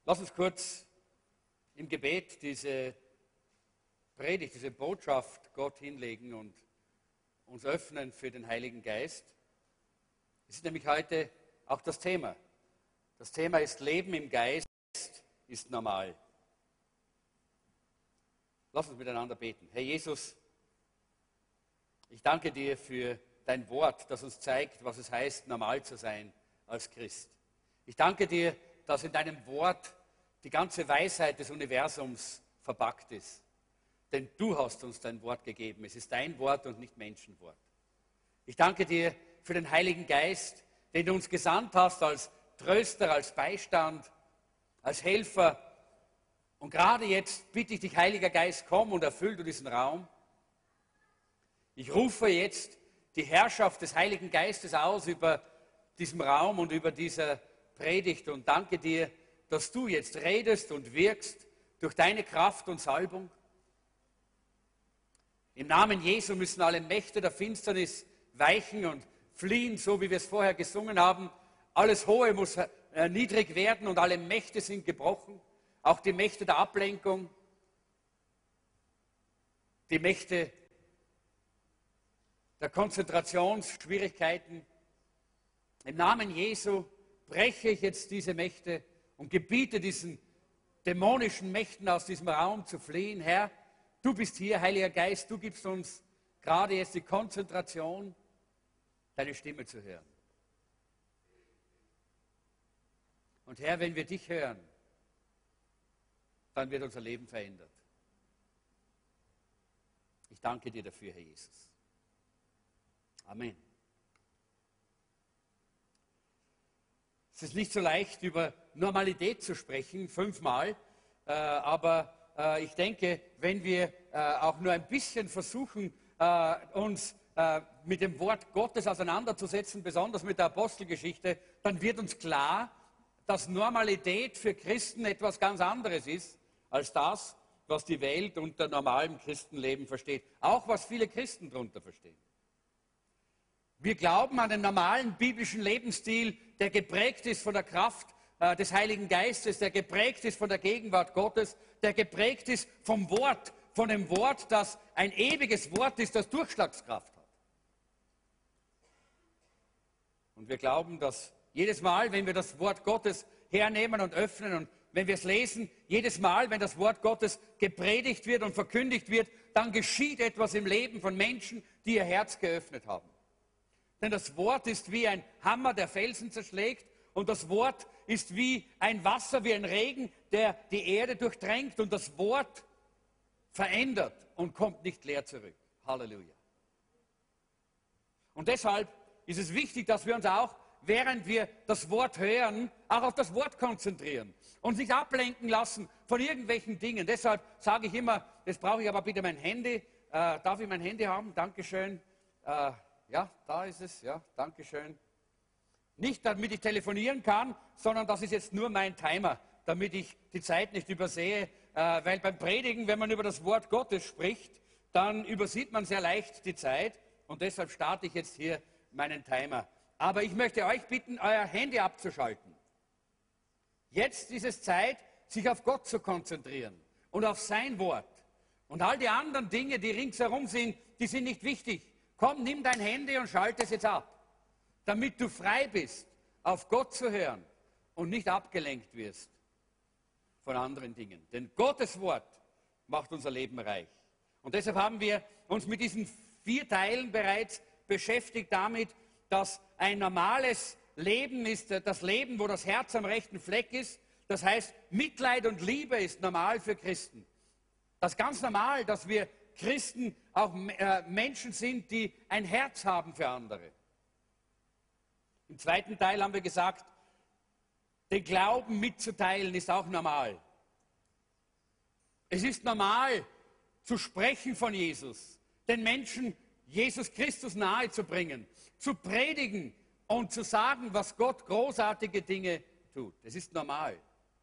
Lass uns kurz im Gebet diese Predigt, diese Botschaft Gott hinlegen und uns öffnen für den Heiligen Geist. Es ist nämlich heute auch das Thema. Das Thema ist Leben im Geist ist normal. Lass uns miteinander beten. Herr Jesus, ich danke dir für dein Wort, das uns zeigt, was es heißt, normal zu sein als Christ. Ich danke dir, dass in deinem Wort die ganze Weisheit des Universums verpackt ist. Denn du hast uns dein Wort gegeben. Es ist dein Wort und nicht Menschenwort. Ich danke dir für den Heiligen Geist, den du uns gesandt hast als Tröster, als Beistand, als Helfer. Und gerade jetzt bitte ich dich, Heiliger Geist, komm und erfüll du diesen Raum. Ich rufe jetzt die Herrschaft des Heiligen Geistes aus über diesem Raum und über diese Predigt und danke dir, dass du jetzt redest und wirkst durch deine Kraft und Salbung. Im Namen Jesu müssen alle Mächte der Finsternis weichen und fliehen, so wie wir es vorher gesungen haben. Alles Hohe muss niedrig werden und alle Mächte sind gebrochen. Auch die Mächte der Ablenkung, die Mächte der Konzentrationsschwierigkeiten. Im Namen Jesu breche ich jetzt diese Mächte und gebiete diesen dämonischen Mächten aus diesem Raum zu fliehen. Herr, du bist hier, Heiliger Geist, du gibst uns gerade jetzt die Konzentration, deine Stimme zu hören. Und Herr, wenn wir dich hören, dann wird unser Leben verändert. Ich danke dir dafür, Herr Jesus. Amen. Es ist nicht so leicht, über Normalität zu sprechen, 5-mal, aber ich denke, wenn wir auch nur ein bisschen versuchen, uns mit dem Wort Gottes auseinanderzusetzen, besonders mit der Apostelgeschichte, dann wird uns klar, dass Normalität für Christen etwas ganz anderes ist, als das, was die Welt unter normalem Christenleben versteht. Auch was viele Christen darunter verstehen. Wir glauben an den normalen biblischen Lebensstil, der geprägt ist von der Kraft des Heiligen Geistes, der geprägt ist von der Gegenwart Gottes, der geprägt ist vom Wort, von dem Wort, das ein ewiges Wort ist, das Durchschlagskraft hat. Und wir glauben, dass jedes Mal, wenn wir das Wort Gottes hernehmen und öffnen und wenn wir es lesen, jedes Mal, wenn das Wort Gottes gepredigt wird und verkündigt wird, dann geschieht etwas im Leben von Menschen, die ihr Herz geöffnet haben. Denn das Wort ist wie ein Hammer, der Felsen zerschlägt, und das Wort ist wie ein Wasser, wie ein Regen, der die Erde durchdrängt, und das Wort verändert und kommt nicht leer zurück. Halleluja. Und deshalb ist es wichtig, dass wir uns auch, während wir das Wort hören, auch auf das Wort konzentrieren und nicht ablenken lassen von irgendwelchen Dingen. Deshalb sage ich immer, jetzt brauche ich aber bitte mein Handy. Darf ich mein Handy haben? Dankeschön. Ja, da ist es. Ja, Dankeschön. Nicht, damit ich telefonieren kann, sondern das ist jetzt nur mein Timer, damit ich die Zeit nicht übersehe. Weil beim Predigen, wenn man über das Wort Gottes spricht, dann übersieht man sehr leicht die Zeit. Und deshalb starte ich jetzt hier meinen Timer. Aber ich möchte euch bitten, euer Handy abzuschalten. Jetzt ist es Zeit, sich auf Gott zu konzentrieren und auf sein Wort. Und all die anderen Dinge, die ringsherum sind, die sind nicht wichtig. Komm, nimm dein Handy und schalte es jetzt ab, damit du frei bist, auf Gott zu hören und nicht abgelenkt wirst von anderen Dingen. Denn Gottes Wort macht unser Leben reich. Und deshalb haben wir uns mit diesen 4 Teilen bereits beschäftigt damit, dass ein normales Leben ist, das Leben, wo das Herz am rechten Fleck ist. Das heißt, Mitleid und Liebe ist normal für Christen. Das ist ganz normal, dass wir Christen auch Menschen sind, die ein Herz haben für andere. Im 2. Teil haben wir gesagt, den Glauben mitzuteilen ist auch normal. Es ist normal zu sprechen von Jesus, den Menschen Jesus Christus nahezubringen, zu predigen und zu sagen, was Gott großartige Dinge tut. Es ist normal.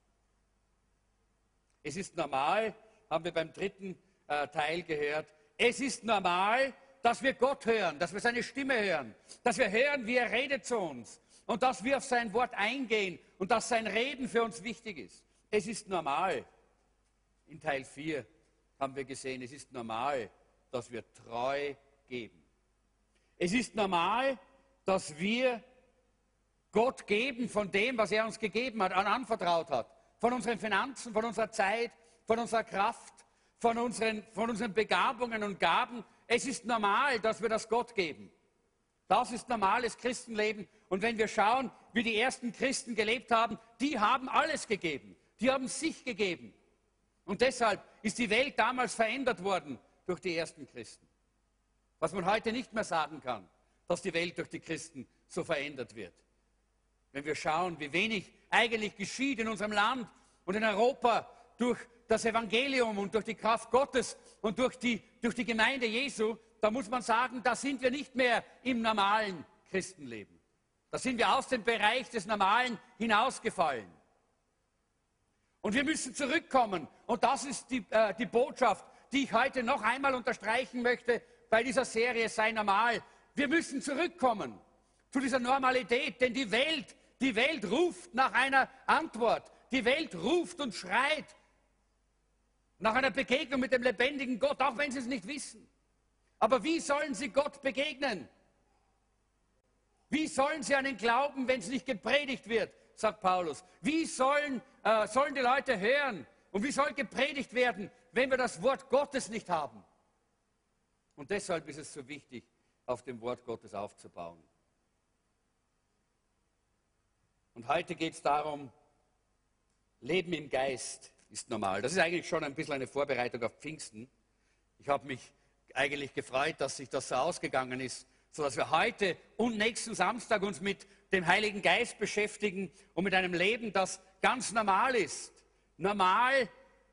Es ist normal, haben wir beim 3. Teil gehört, es ist normal, dass wir Gott hören, dass wir seine Stimme hören, dass wir hören, wie er redet zu uns und dass wir auf sein Wort eingehen und dass sein Reden für uns wichtig ist. Es ist normal, in Teil 4 haben wir gesehen, es ist normal, dass wir treu geben. Es ist normal, dass wir Gott geben von dem, was er uns gegeben hat, anvertraut hat. Von unseren Finanzen, von unserer Zeit, von unserer Kraft, von unseren Begabungen und Gaben. Es ist normal, dass wir das Gott geben. Das ist normales Christenleben. Und wenn wir schauen, wie die ersten Christen gelebt haben, die haben alles gegeben. Die haben sich gegeben. Und deshalb ist die Welt damals verändert worden durch die ersten Christen. Was man heute nicht mehr sagen kann, dass die Welt durch die Christen so verändert wird. Wenn wir schauen, wie wenig eigentlich geschieht in unserem Land und in Europa durch das Evangelium und durch die Kraft Gottes und durch die Gemeinde Jesu, da muss man sagen, da sind wir nicht mehr im normalen Christenleben. Da sind wir aus dem Bereich des Normalen hinausgefallen. Und wir müssen zurückkommen. Und das ist die Botschaft, die ich heute noch einmal unterstreichen möchte bei dieser Serie Sei normal. Wir müssen zurückkommen zu dieser Normalität, denn die Welt ruft nach einer Antwort. Die Welt ruft und schreit nach einer Begegnung mit dem lebendigen Gott, auch wenn sie es nicht wissen. Aber wie sollen sie Gott begegnen? Wie sollen sie an ihn glauben, wenn es nicht gepredigt wird, sagt Paulus. Wie sollen die Leute hören und wie soll gepredigt werden, wenn wir das Wort Gottes nicht haben? Und deshalb ist es so wichtig, auf dem Wort Gottes aufzubauen. Und heute geht es darum, Leben im Geist ist normal. Das ist eigentlich schon ein bisschen eine Vorbereitung auf Pfingsten. Ich habe mich eigentlich gefreut, dass sich das so ausgegangen ist, sodass wir heute und nächsten Samstag uns mit dem Heiligen Geist beschäftigen und mit einem Leben, das ganz normal ist. Normal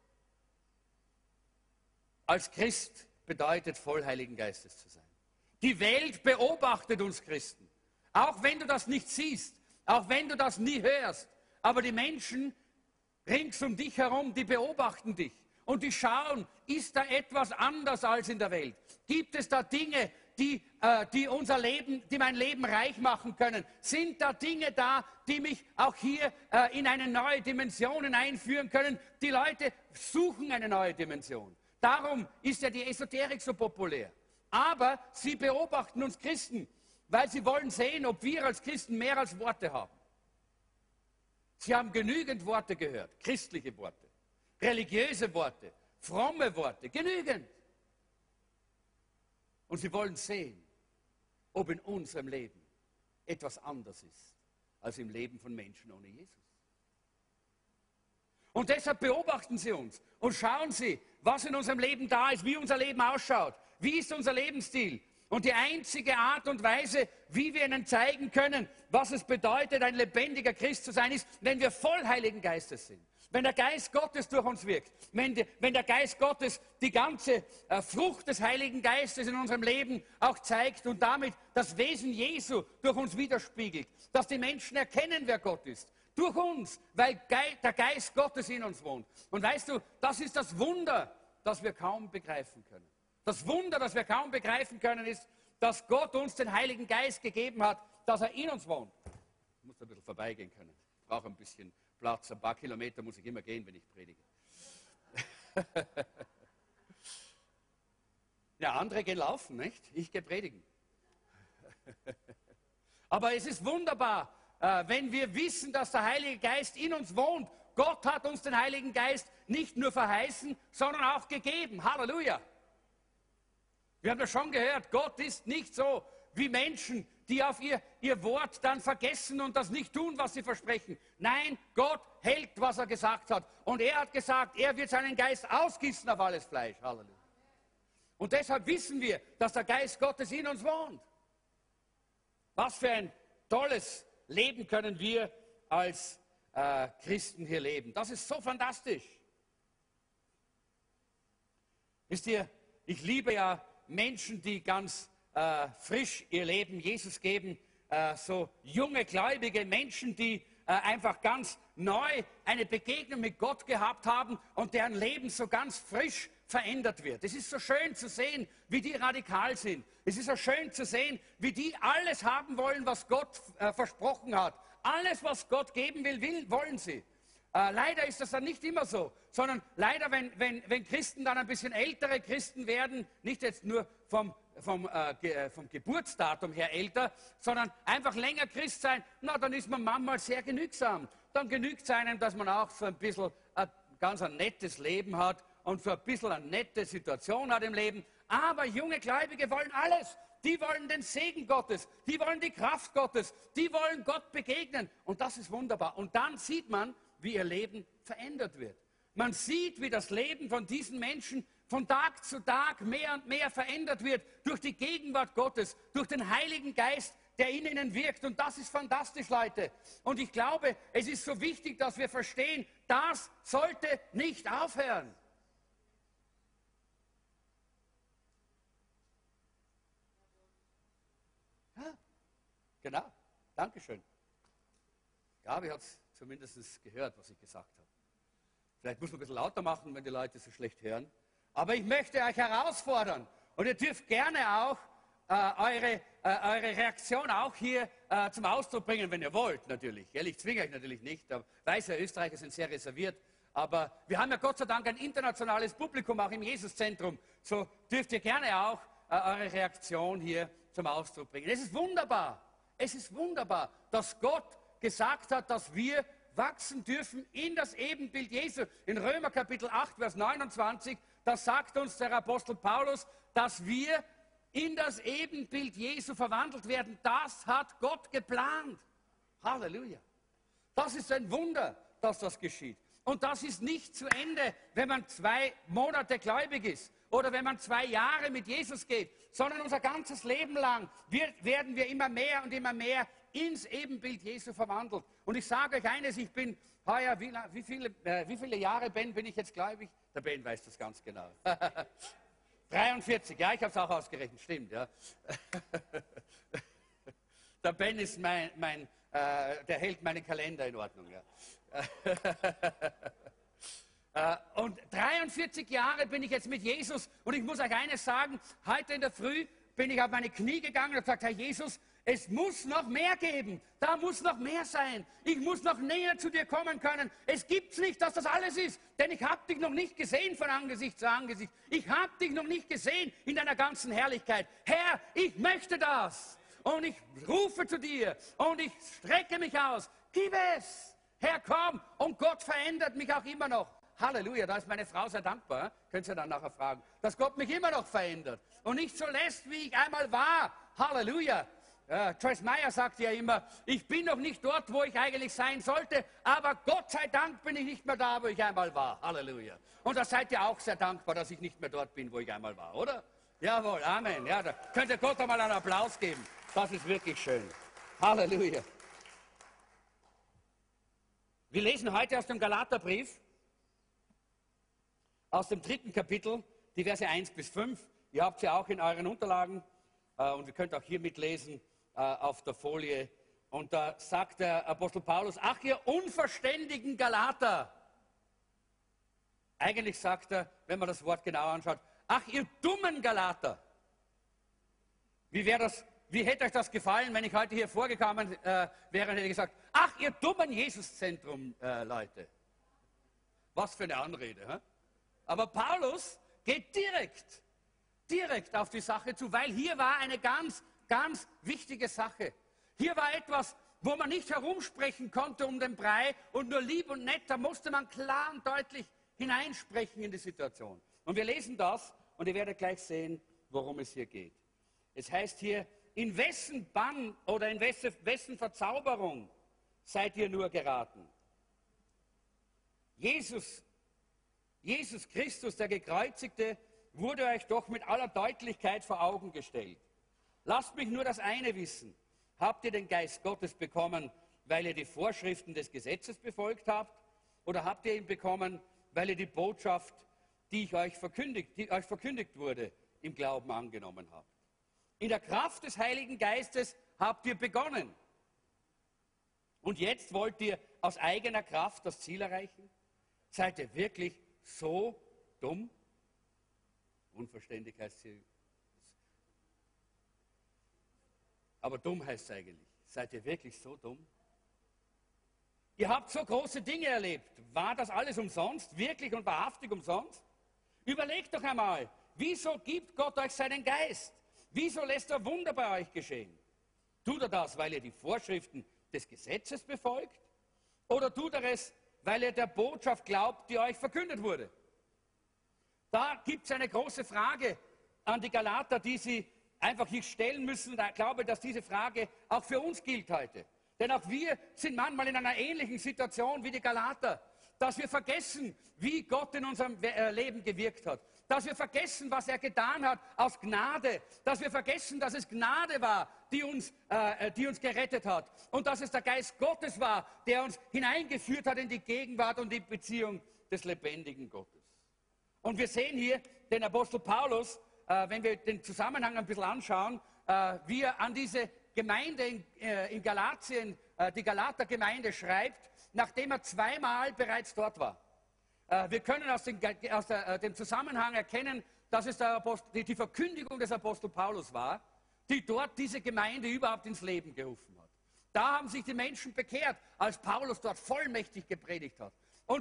als Christ bedeutet, voll Heiligen Geistes zu sein. Die Welt beobachtet uns Christen. Auch wenn du das nicht siehst, auch wenn du das nie hörst. Aber die Menschen rings um dich herum, die beobachten dich. Und die schauen, ist da etwas anders als in der Welt? Gibt es da Dinge, die mein Leben reich machen können? Sind da Dinge da, die mich auch hier in eine neue Dimension einführen können? Die Leute suchen eine neue Dimension. Darum ist ja die Esoterik so populär. Aber sie beobachten uns Christen, weil sie wollen sehen, ob wir als Christen mehr als Worte haben. Sie haben genügend Worte gehört, christliche Worte, religiöse Worte, fromme Worte, genügend. Und sie wollen sehen, ob in unserem Leben etwas anders ist als im Leben von Menschen ohne Jesus. Und deshalb beobachten sie uns und schauen sie, was in unserem Leben da ist, wie unser Leben ausschaut, wie ist unser Lebensstil. Und die einzige Art und Weise, wie wir ihnen zeigen können, was es bedeutet, ein lebendiger Christ zu sein, ist, wenn wir voll Heiligen Geistes sind. Wenn der Geist Gottes durch uns wirkt, wenn der Geist Gottes die ganze Frucht des Heiligen Geistes in unserem Leben auch zeigt und damit das Wesen Jesu durch uns widerspiegelt, dass die Menschen erkennen, wer Gott ist. Durch uns, weil der Geist Gottes in uns wohnt. Und weißt du, das ist das Wunder, das wir kaum begreifen können. Das Wunder, das wir kaum begreifen können, ist, dass Gott uns den Heiligen Geist gegeben hat, dass er in uns wohnt. Ich muss da ein bisschen vorbeigehen können. Ich brauche ein bisschen Platz. Ein paar Kilometer muss ich immer gehen, wenn ich predige. Ja, andere gehen laufen, nicht? Ich gehe predigen. Aber es ist wunderbar, wenn wir wissen, dass der Heilige Geist in uns wohnt. Gott hat uns den Heiligen Geist nicht nur verheißen, sondern auch gegeben. Halleluja! Wir haben das schon gehört, Gott ist nicht so wie Menschen, die auf ihr Wort dann vergessen und das nicht tun, was sie versprechen. Nein, Gott hält, was er gesagt hat. Und er hat gesagt, er wird seinen Geist ausgießen auf alles Fleisch. Halleluja. Und deshalb wissen wir, dass der Geist Gottes in uns wohnt. Was für ein tolles Leben können wir als Christen hier leben. Das ist so fantastisch. Wisst ihr, ich liebe ja Menschen, die ganz frisch ihr Leben Jesus geben, so junge, gläubige Menschen, die einfach ganz neu eine Begegnung mit Gott gehabt haben und deren Leben so ganz frisch verändert wird. Es ist so schön zu sehen, wie die radikal sind. Es ist so schön zu sehen, wie die alles haben wollen, was Gott versprochen hat. Alles, was Gott geben will, wollen sie. Leider ist das dann nicht immer so, sondern leider, wenn Christen dann ein bisschen ältere Christen werden, nicht jetzt nur vom Geburtsdatum her älter, sondern einfach länger Christ sein, na, dann ist man manchmal sehr genügsam. Dann genügt es einem, dass man auch so ein bisschen ganz ein nettes Leben hat und so ein bisschen eine nette Situation hat im Leben. Aber junge Gläubige wollen alles. Die wollen den Segen Gottes, die wollen die Kraft Gottes, die wollen Gott begegnen. Und das ist wunderbar. Und dann sieht man, wie ihr Leben verändert wird. Man sieht, wie das Leben von diesen Menschen von Tag zu Tag mehr und mehr verändert wird durch die Gegenwart Gottes, durch den Heiligen Geist, der in ihnen wirkt. Und das ist fantastisch, Leute. Und ich glaube, es ist so wichtig, dass wir verstehen, das sollte nicht aufhören. Ja, genau. Dankeschön. Gabi hat es zumindest gehört, was ich gesagt habe. Vielleicht muss man ein bisschen lauter machen, wenn die Leute so schlecht hören. Aber ich möchte euch herausfordern und ihr dürft gerne auch eure Reaktion auch hier zum Ausdruck bringen, wenn ihr wollt, natürlich. Ich zwinge euch natürlich nicht. Ich weiß ja, Österreicher sind sehr reserviert. Aber wir haben ja Gott sei Dank ein internationales Publikum auch im Jesuszentrum. So dürft ihr gerne auch eure Reaktion hier zum Ausdruck bringen. Es ist wunderbar, dass Gott gesagt hat, dass wir wachsen dürfen in das Ebenbild Jesu. In Römer Kapitel 8, Vers 29, da sagt uns der Apostel Paulus, dass wir in das Ebenbild Jesu verwandelt werden. Das hat Gott geplant. Halleluja. Das ist ein Wunder, dass das geschieht. Und das ist nicht zu Ende, wenn man 2 Monate gläubig ist oder wenn man 2 Jahre mit Jesus geht, sondern unser ganzes Leben lang werden wir immer mehr und immer mehr ins Ebenbild Jesu verwandelt. Und ich sage euch eines, ich bin heuer, wie viele Jahre, Ben, bin ich jetzt gläubig? Der Ben weiß das ganz genau. 43, ja, ich habe es auch ausgerechnet, stimmt, ja. Der Ben ist der hält meinen Kalender in Ordnung, ja. Und 43 Jahre bin ich jetzt mit Jesus und ich muss euch eines sagen, heute in der Früh bin ich auf meine Knie gegangen und habe gesagt, Herr Jesus, es muss noch mehr geben, da muss noch mehr sein, ich muss noch näher zu dir kommen können. Es gibt nicht, dass das alles ist, denn ich habe dich noch nicht gesehen von Angesicht zu Angesicht. Ich habe dich noch nicht gesehen in deiner ganzen Herrlichkeit. Herr, ich möchte das und ich rufe zu dir und ich strecke mich aus. Gib es, Herr, komm, und Gott verändert mich auch immer noch. Halleluja, da ist meine Frau sehr dankbar, könnt ihr dann nachher fragen, dass Gott mich immer noch verändert und nicht so lässt, wie ich einmal war. Halleluja. Joyce Meyer sagt ja immer, ich bin noch nicht dort, wo ich eigentlich sein sollte, aber Gott sei Dank bin ich nicht mehr da, wo ich einmal war. Halleluja. Und da seid ihr auch sehr dankbar, dass ich nicht mehr dort bin, wo ich einmal war, oder? Jawohl, Amen. Ja, da könnt ihr Gott einmal einen Applaus geben. Das ist wirklich schön. Halleluja. Wir lesen heute aus dem Galaterbrief, aus dem 3. Kapitel, die Verse 1 bis 5. Ihr habt sie auch in euren Unterlagen und ihr könnt auch hier mitlesen auf der Folie. Und da sagt der Apostel Paulus, ach ihr unverständigen Galater. Eigentlich sagt er, wenn man das Wort genau anschaut, ach ihr dummen Galater. Wie hätte euch das gefallen, wenn ich heute hier vorgekommen wäre und hätte gesagt, ach ihr dummen Jesuszentrum-Leute. Was für eine Anrede. Hä? Aber Paulus geht direkt auf die Sache zu, weil hier war eine ganz, ganz wichtige Sache. Hier war etwas, wo man nicht herumsprechen konnte um den Brei und nur lieb und nett, da musste man klar und deutlich hineinsprechen in die Situation. Und wir lesen das und ihr werdet gleich sehen, worum es hier geht. Es heißt hier, in wessen Bann oder in wessen Verzauberung seid ihr nur geraten? Jesus Christus, der Gekreuzigte, wurde euch doch mit aller Deutlichkeit vor Augen gestellt. Lasst mich nur das eine wissen. Habt ihr den Geist Gottes bekommen, weil ihr die Vorschriften des Gesetzes befolgt habt? Oder habt ihr ihn bekommen, weil ihr die Botschaft, die euch verkündigt wurde, im Glauben angenommen habt? In der Kraft des Heiligen Geistes habt ihr begonnen. Und jetzt wollt ihr aus eigener Kraft das Ziel erreichen? Seid ihr wirklich so dumm? Unverständlich heißt sie. Aber dumm heißt es eigentlich. Seid ihr wirklich so dumm? Ihr habt so große Dinge erlebt. war das alles umsonst, wirklich und wahrhaftig umsonst? Überlegt doch einmal, wieso gibt Gott euch seinen Geist? Wieso lässt er Wunder bei euch geschehen? Tut er das, weil ihr die Vorschriften des Gesetzes befolgt? Oder tut er es, weil ihr der Botschaft glaubt, die euch verkündet wurde? Da gibt es eine große Frage an die Galater, die sie einfach hier stellen müssen. Ich glaube, dass diese Frage auch für uns gilt heute. Denn auch wir sind manchmal in einer ähnlichen Situation wie die Galater, dass wir vergessen, wie Gott in unserem Leben gewirkt hat. Dass wir vergessen, was er getan hat aus Gnade. Dass wir vergessen, dass es Gnade war, die uns gerettet hat. Und dass es der Geist Gottes war, der uns hineingeführt hat in die Gegenwart und die Beziehung des lebendigen Gottes. Und wir sehen hier den Apostel Paulus, wenn wir den Zusammenhang ein bisschen anschauen, wie er an diese Gemeinde in Galatien, die Galater-Gemeinde schreibt, nachdem er zweimal bereits dort war. Wir können aus dem Zusammenhang erkennen, dass es die Verkündigung des Apostel Paulus war, die dort diese Gemeinde überhaupt ins Leben gerufen hat. Da haben sich die Menschen bekehrt, als Paulus dort vollmächtig gepredigt hat.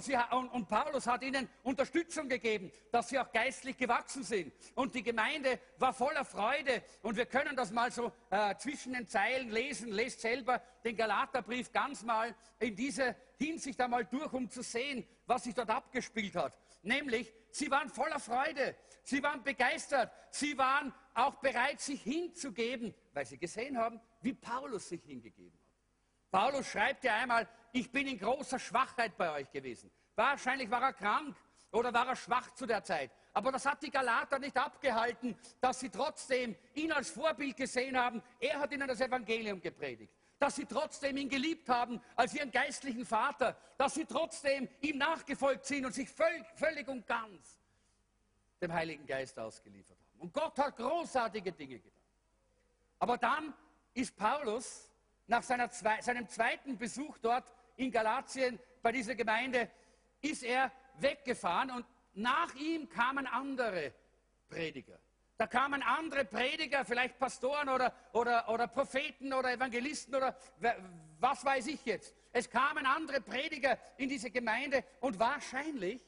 Und Paulus hat ihnen Unterstützung gegeben, dass sie auch geistlich gewachsen sind. Und die Gemeinde war voller Freude. Und wir können das mal so zwischen den Zeilen lesen. Lest selber den Galaterbrief ganz mal in dieser Hinsicht einmal durch, um zu sehen, was sich dort abgespielt hat. Nämlich, sie waren voller Freude. Sie waren begeistert. Sie waren auch bereit, sich hinzugeben, weil sie gesehen haben, wie Paulus sich hingegeben hat. Paulus schreibt ja einmal, ich bin in großer Schwachheit bei euch gewesen. Wahrscheinlich war er krank oder war er schwach zu der Zeit. Aber das hat die Galater nicht abgehalten, dass sie trotzdem ihn als Vorbild gesehen haben. Er hat ihnen das Evangelium gepredigt. Dass sie trotzdem ihn geliebt haben als ihren geistlichen Vater. Dass sie trotzdem ihm nachgefolgt sind und sich völlig und ganz dem Heiligen Geist ausgeliefert haben. Und Gott hat großartige Dinge getan. Aber dann ist Paulus nach seinem zweiten Besuch dort in Galatien bei dieser Gemeinde, ist er weggefahren und nach ihm kamen andere Prediger. Da kamen andere Prediger, vielleicht Pastoren oder Propheten oder Evangelisten oder was weiß ich jetzt. Es kamen andere Prediger in diese Gemeinde und wahrscheinlich,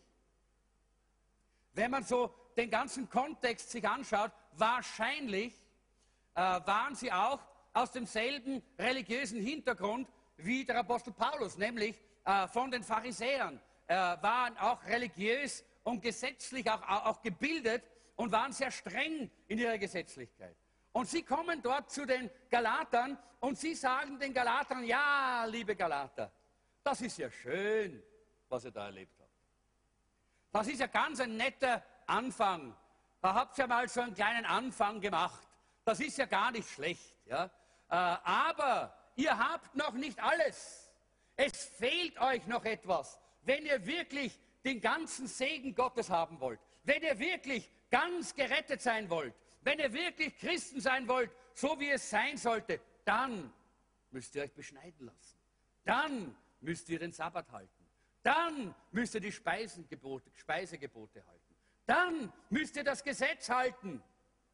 wenn man so den ganzen Kontext sich anschaut, wahrscheinlich waren sie auch aus demselben religiösen Hintergrund wie der Apostel Paulus, nämlich von den Pharisäern, waren auch religiös und gesetzlich auch gebildet und waren sehr streng in ihrer Gesetzlichkeit. Und sie kommen dort zu den Galatern und sie sagen den Galatern, ja, liebe Galater, das ist ja schön, was ihr da erlebt habt. Das ist ja ganz ein netter Anfang. Da habt ihr ja mal so einen kleinen Anfang gemacht. Das ist ja gar nicht schlecht. Ja? Aber ihr habt noch nicht alles. Es fehlt euch noch etwas, wenn ihr wirklich den ganzen Segen Gottes haben wollt. Wenn ihr wirklich ganz gerettet sein wollt. Wenn ihr wirklich Christen sein wollt, so wie es sein sollte, dann müsst ihr euch beschneiden lassen. Dann müsst ihr den Sabbat halten. Dann müsst ihr die Speisegebote halten. Dann müsst ihr das Gesetz halten.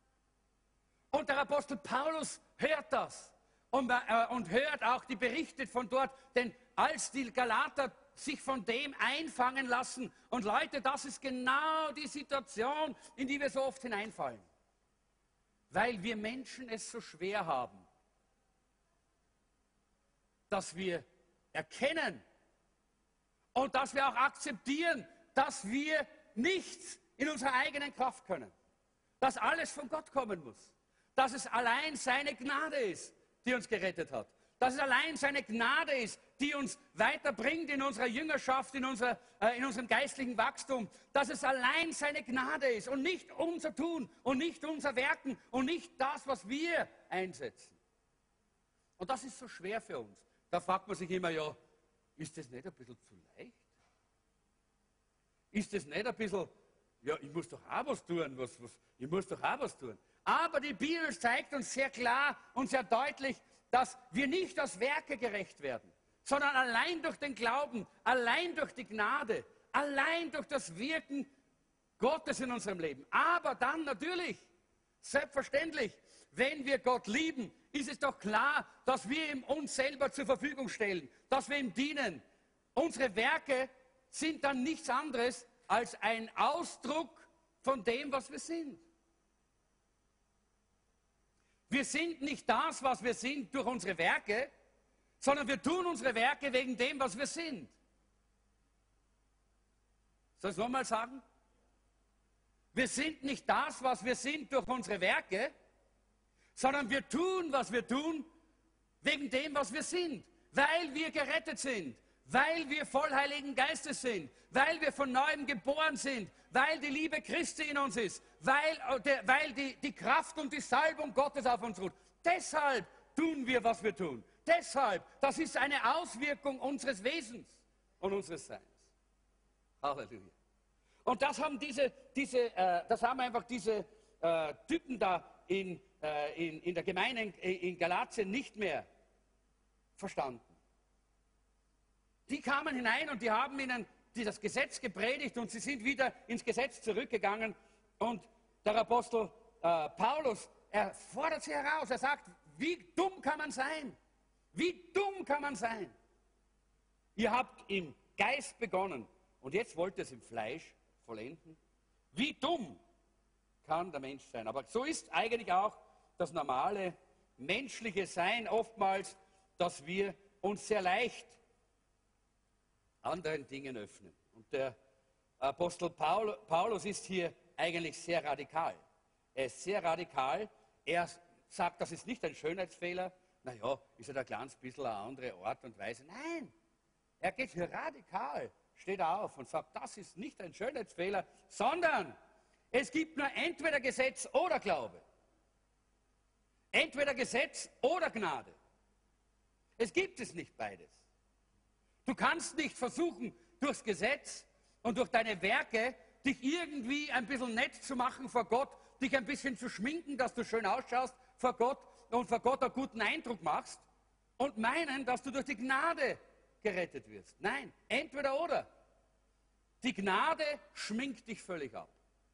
Und der Apostel Paulus hört das und hört auch die Berichte von dort, denn als die Galater sich von dem einfangen lassen, und Leute, das ist genau die Situation, in die wir so oft hineinfallen, weil wir Menschen es so schwer haben, dass wir erkennen und dass wir auch akzeptieren, dass wir nichts in unserer eigenen Kraft können, dass alles von Gott kommen muss. Dass es allein seine Gnade ist, die uns gerettet hat. Dass es allein seine Gnade ist, die uns weiterbringt in unserer Jüngerschaft, in unserem geistlichen Wachstum. Dass es allein seine Gnade ist und nicht unser Tun und nicht unser Werken und nicht das, was wir einsetzen. Und das ist so schwer für uns. Da fragt man sich immer, ja, ist das nicht ein bisschen zu leicht? Ist das nicht ein bisschen, ja, ich muss doch auch was tun, ich muss doch auch was tun. Aber die Bibel zeigt uns sehr klar und sehr deutlich, dass wir nicht aus Werke gerecht werden, sondern allein durch den Glauben, allein durch die Gnade, allein durch das Wirken Gottes in unserem Leben. Aber dann natürlich, selbstverständlich, wenn wir Gott lieben, ist es doch klar, dass wir ihm uns selber zur Verfügung stellen, dass wir ihm dienen. Unsere Werke sind dann nichts anderes als ein Ausdruck von dem, was wir sind. Wir sind nicht das, was wir sind durch unsere Werke, sondern wir tun unsere Werke wegen dem, was wir sind. Soll ich es nochmal sagen? Wir sind nicht das, was wir sind durch unsere Werke, sondern wir tun, was wir tun, wegen dem, was wir sind. Weil wir gerettet sind, weil wir voll Heiligen Geistes sind, weil wir von Neuem geboren sind, weil die Liebe Christi in uns ist, weil die Kraft und die Salbung Gottes auf uns ruht. Deshalb tun wir, was wir tun. Deshalb, das ist eine Auswirkung unseres Wesens und unseres Seins. Halleluja. Und das haben einfach diese Typen da in der Gemeinde in Galatien nicht mehr verstanden. Die kamen hinein und die haben ihnen das Gesetz gepredigt und sie sind wieder ins Gesetz zurückgegangen. Und der Apostel Paulus, er fordert sie heraus. Er sagt, wie dumm kann man sein? Wie dumm kann man sein? Ihr habt im Geist begonnen und jetzt wollt ihr es im Fleisch vollenden. Wie dumm kann der Mensch sein? Aber so ist eigentlich auch das normale menschliche Sein oftmals, dass wir uns sehr leicht anderen Dingen öffnen. Und der Apostel Paulus ist hier eigentlich sehr radikal. Er ist sehr radikal. Er sagt, das ist nicht ein Schönheitsfehler. Naja, ist ja ein kleines bisschen eine andere Art und Weise. Nein, er geht hier radikal, steht auf und sagt, das ist nicht ein Schönheitsfehler, sondern es gibt nur entweder Gesetz oder Glaube. Entweder Gesetz oder Gnade. Es gibt es nicht beides. Du kannst nicht versuchen, durchs Gesetz und durch deine Werke dich irgendwie ein bisschen nett zu machen vor Gott, dich ein bisschen zu schminken, dass du schön ausschaust vor Gott und vor Gott einen guten Eindruck machst und meinen, dass du durch die Gnade gerettet wirst. Nein, entweder oder. Die Gnade schminkt dich völlig ab.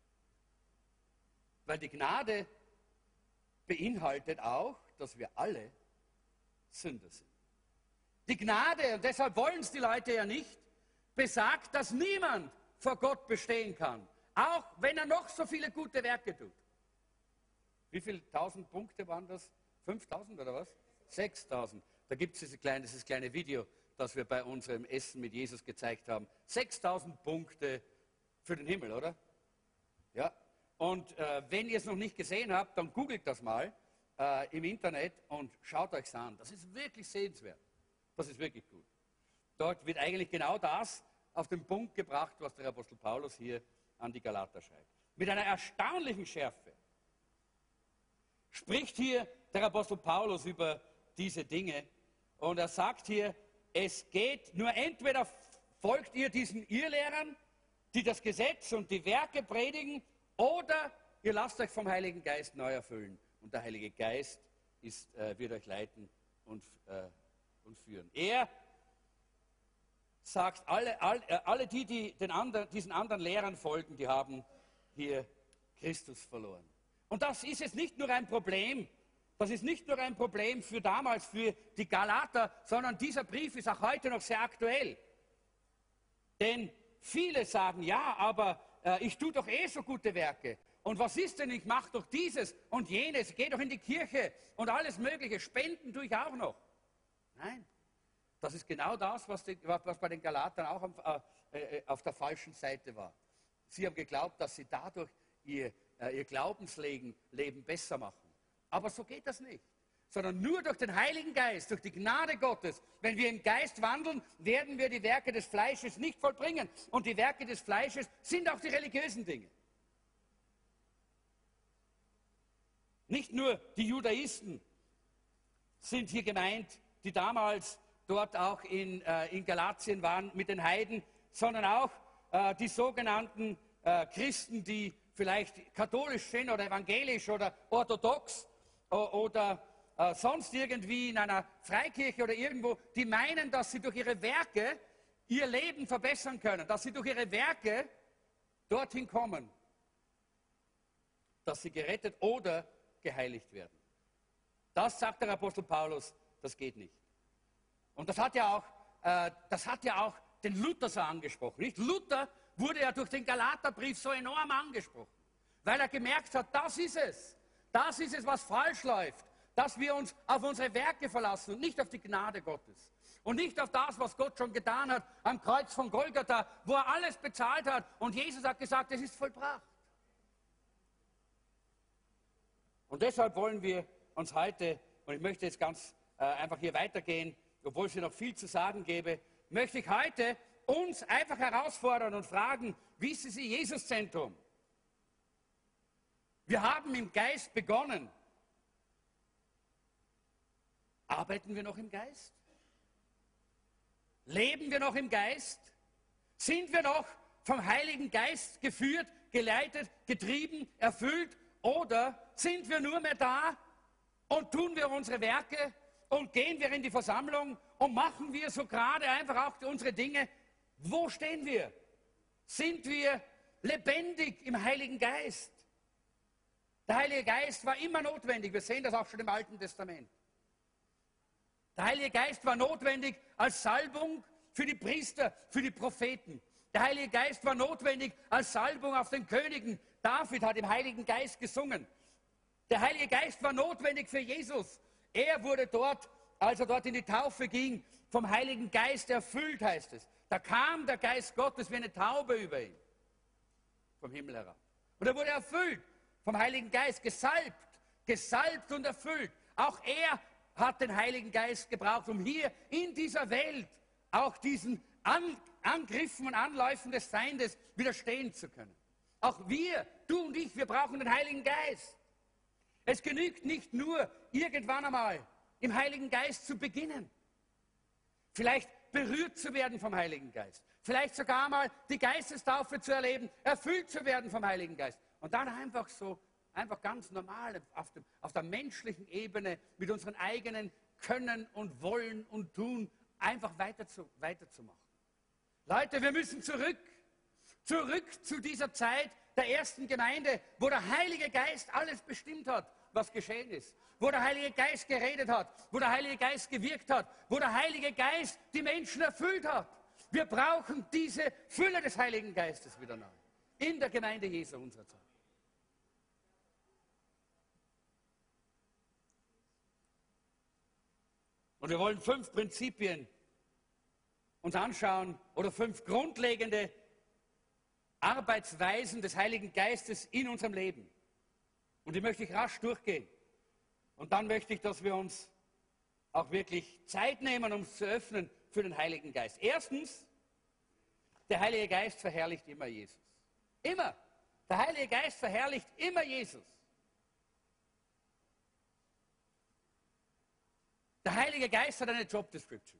Weil die Gnade beinhaltet auch, dass wir alle Sünder sind. Die Gnade, und deshalb wollen es die Leute ja nicht, besagt, dass niemand vor Gott bestehen kann, auch wenn er noch so viele gute Werke tut. Wie viele 1000 Punkte waren das? 5000 oder was? 6000. Da gibt es dieses kleine Video, das wir bei unserem Essen mit Jesus gezeigt haben. 6000 Punkte für den Himmel, oder? Ja. Und wenn ihr es noch nicht gesehen habt, dann googelt das mal im Internet und schaut euch es an. Das ist wirklich sehenswert. Das ist wirklich gut. Dort wird eigentlich genau das auf den Punkt gebracht, was der Apostel Paulus hier an die Galater schreibt. Mit einer erstaunlichen Schärfe spricht hier der Apostel Paulus über diese Dinge und er sagt hier, es geht nur entweder folgt ihr diesen Irrlehrern, die das Gesetz und die Werke predigen, oder ihr lasst euch vom Heiligen Geist neu erfüllen. Und der Heilige Geist wird euch leiten und führen. Er sagt, alle die diesen anderen Lehrern folgen, die haben hier Christus verloren. Und das ist jetzt nicht nur ein Problem, das ist nicht nur ein Problem für damals, für die Galater, sondern dieser Brief ist auch heute noch sehr aktuell. Denn viele sagen, ja, aber ich tue doch eh so gute Werke. Und was ist denn, ich mache doch dieses und jenes, gehe doch in die Kirche und alles Mögliche, spenden tue ich auch noch. Nein, das ist genau das, was bei den Galatern auch auf der falschen Seite war. Sie haben geglaubt, dass sie dadurch ihr Glaubensleben besser machen. Aber so geht das nicht. Sondern nur durch den Heiligen Geist, durch die Gnade Gottes. Wenn wir im Geist wandeln, werden wir die Werke des Fleisches nicht vollbringen. Und die Werke des Fleisches sind auch die religiösen Dinge. Nicht nur die Judaisten sind hier gemeint, die damals dort auch in Galatien waren mit den Heiden, sondern auch die sogenannten Christen, die vielleicht katholisch sind oder evangelisch oder orthodox oder sonst irgendwie in einer Freikirche oder irgendwo, die meinen, dass sie durch ihre Werke ihr Leben verbessern können, dass sie durch ihre Werke dorthin kommen, dass sie gerettet oder geheiligt werden. Das sagt der Apostel Paulus, das geht nicht. Und das hat ja auch den Luther so angesprochen. Nicht? Luther wurde ja durch den Galaterbrief so enorm angesprochen, weil er gemerkt hat, das ist es, was falsch läuft, dass wir uns auf unsere Werke verlassen und nicht auf die Gnade Gottes. Und nicht auf das, was Gott schon getan hat am Kreuz von Golgatha, wo er alles bezahlt hat. Und Jesus hat gesagt, es ist vollbracht. Und deshalb wollen wir uns heute, und ich möchte jetzt ganz einfach hier weitergehen, obwohl es hier noch viel zu sagen gäbe, möchte ich heute uns einfach herausfordern und fragen, wissen Sie, Jesuszentrum? Wir haben im Geist begonnen. Arbeiten wir noch im Geist? Leben wir noch im Geist? Sind wir noch vom Heiligen Geist geführt, geleitet, getrieben, erfüllt? Oder sind wir nur mehr da und tun wir unsere Werke und gehen wir in die Versammlung und machen wir so gerade einfach auch unsere Dinge? Wo stehen wir? Sind wir lebendig im Heiligen Geist? Der Heilige Geist war immer notwendig. Wir sehen das auch schon im Alten Testament. Der Heilige Geist war notwendig als Salbung für die Priester, für die Propheten. Der Heilige Geist war notwendig als Salbung auf den Königen. David hat im Heiligen Geist gesungen. Der Heilige Geist war notwendig für Jesus. Er wurde dort, als er dort in die Taufe ging, vom Heiligen Geist erfüllt, heißt es. Da kam der Geist Gottes wie eine Taube über ihn, vom Himmel herab. Und er wurde erfüllt vom Heiligen Geist, gesalbt und erfüllt. Auch er hat den Heiligen Geist gebraucht, um hier in dieser Welt auch diesen Angriffen und Anläufen des Feindes widerstehen zu können. Auch wir, du und ich, wir brauchen den Heiligen Geist. Es genügt nicht nur, irgendwann einmal im Heiligen Geist zu beginnen. Vielleicht berührt zu werden vom Heiligen Geist. Vielleicht sogar mal die Geistestaufe zu erleben, erfüllt zu werden vom Heiligen Geist. Und dann einfach ganz normal auf der menschlichen Ebene mit unseren eigenen Können und Wollen und Tun einfach weiterzumachen. Leute, wir müssen zurück zu dieser Zeit der ersten Gemeinde, wo der Heilige Geist alles bestimmt hat, was geschehen ist. Wo der Heilige Geist geredet hat, wo der Heilige Geist gewirkt hat, wo der Heilige Geist die Menschen erfüllt hat. Wir brauchen diese Fülle des Heiligen Geistes wieder neu in der Gemeinde Jesu unserer Zeit. Und wir wollen 5 Prinzipien uns anschauen oder 5 grundlegende Arbeitsweisen des Heiligen Geistes in unserem Leben. Und die möchte ich rasch durchgehen. Und dann möchte ich, dass wir uns auch wirklich Zeit nehmen, um uns zu öffnen für den Heiligen Geist. Erstens, der Heilige Geist verherrlicht immer Jesus. Immer. Der Heilige Geist verherrlicht immer Jesus. Der Heilige Geist hat eine Job Description.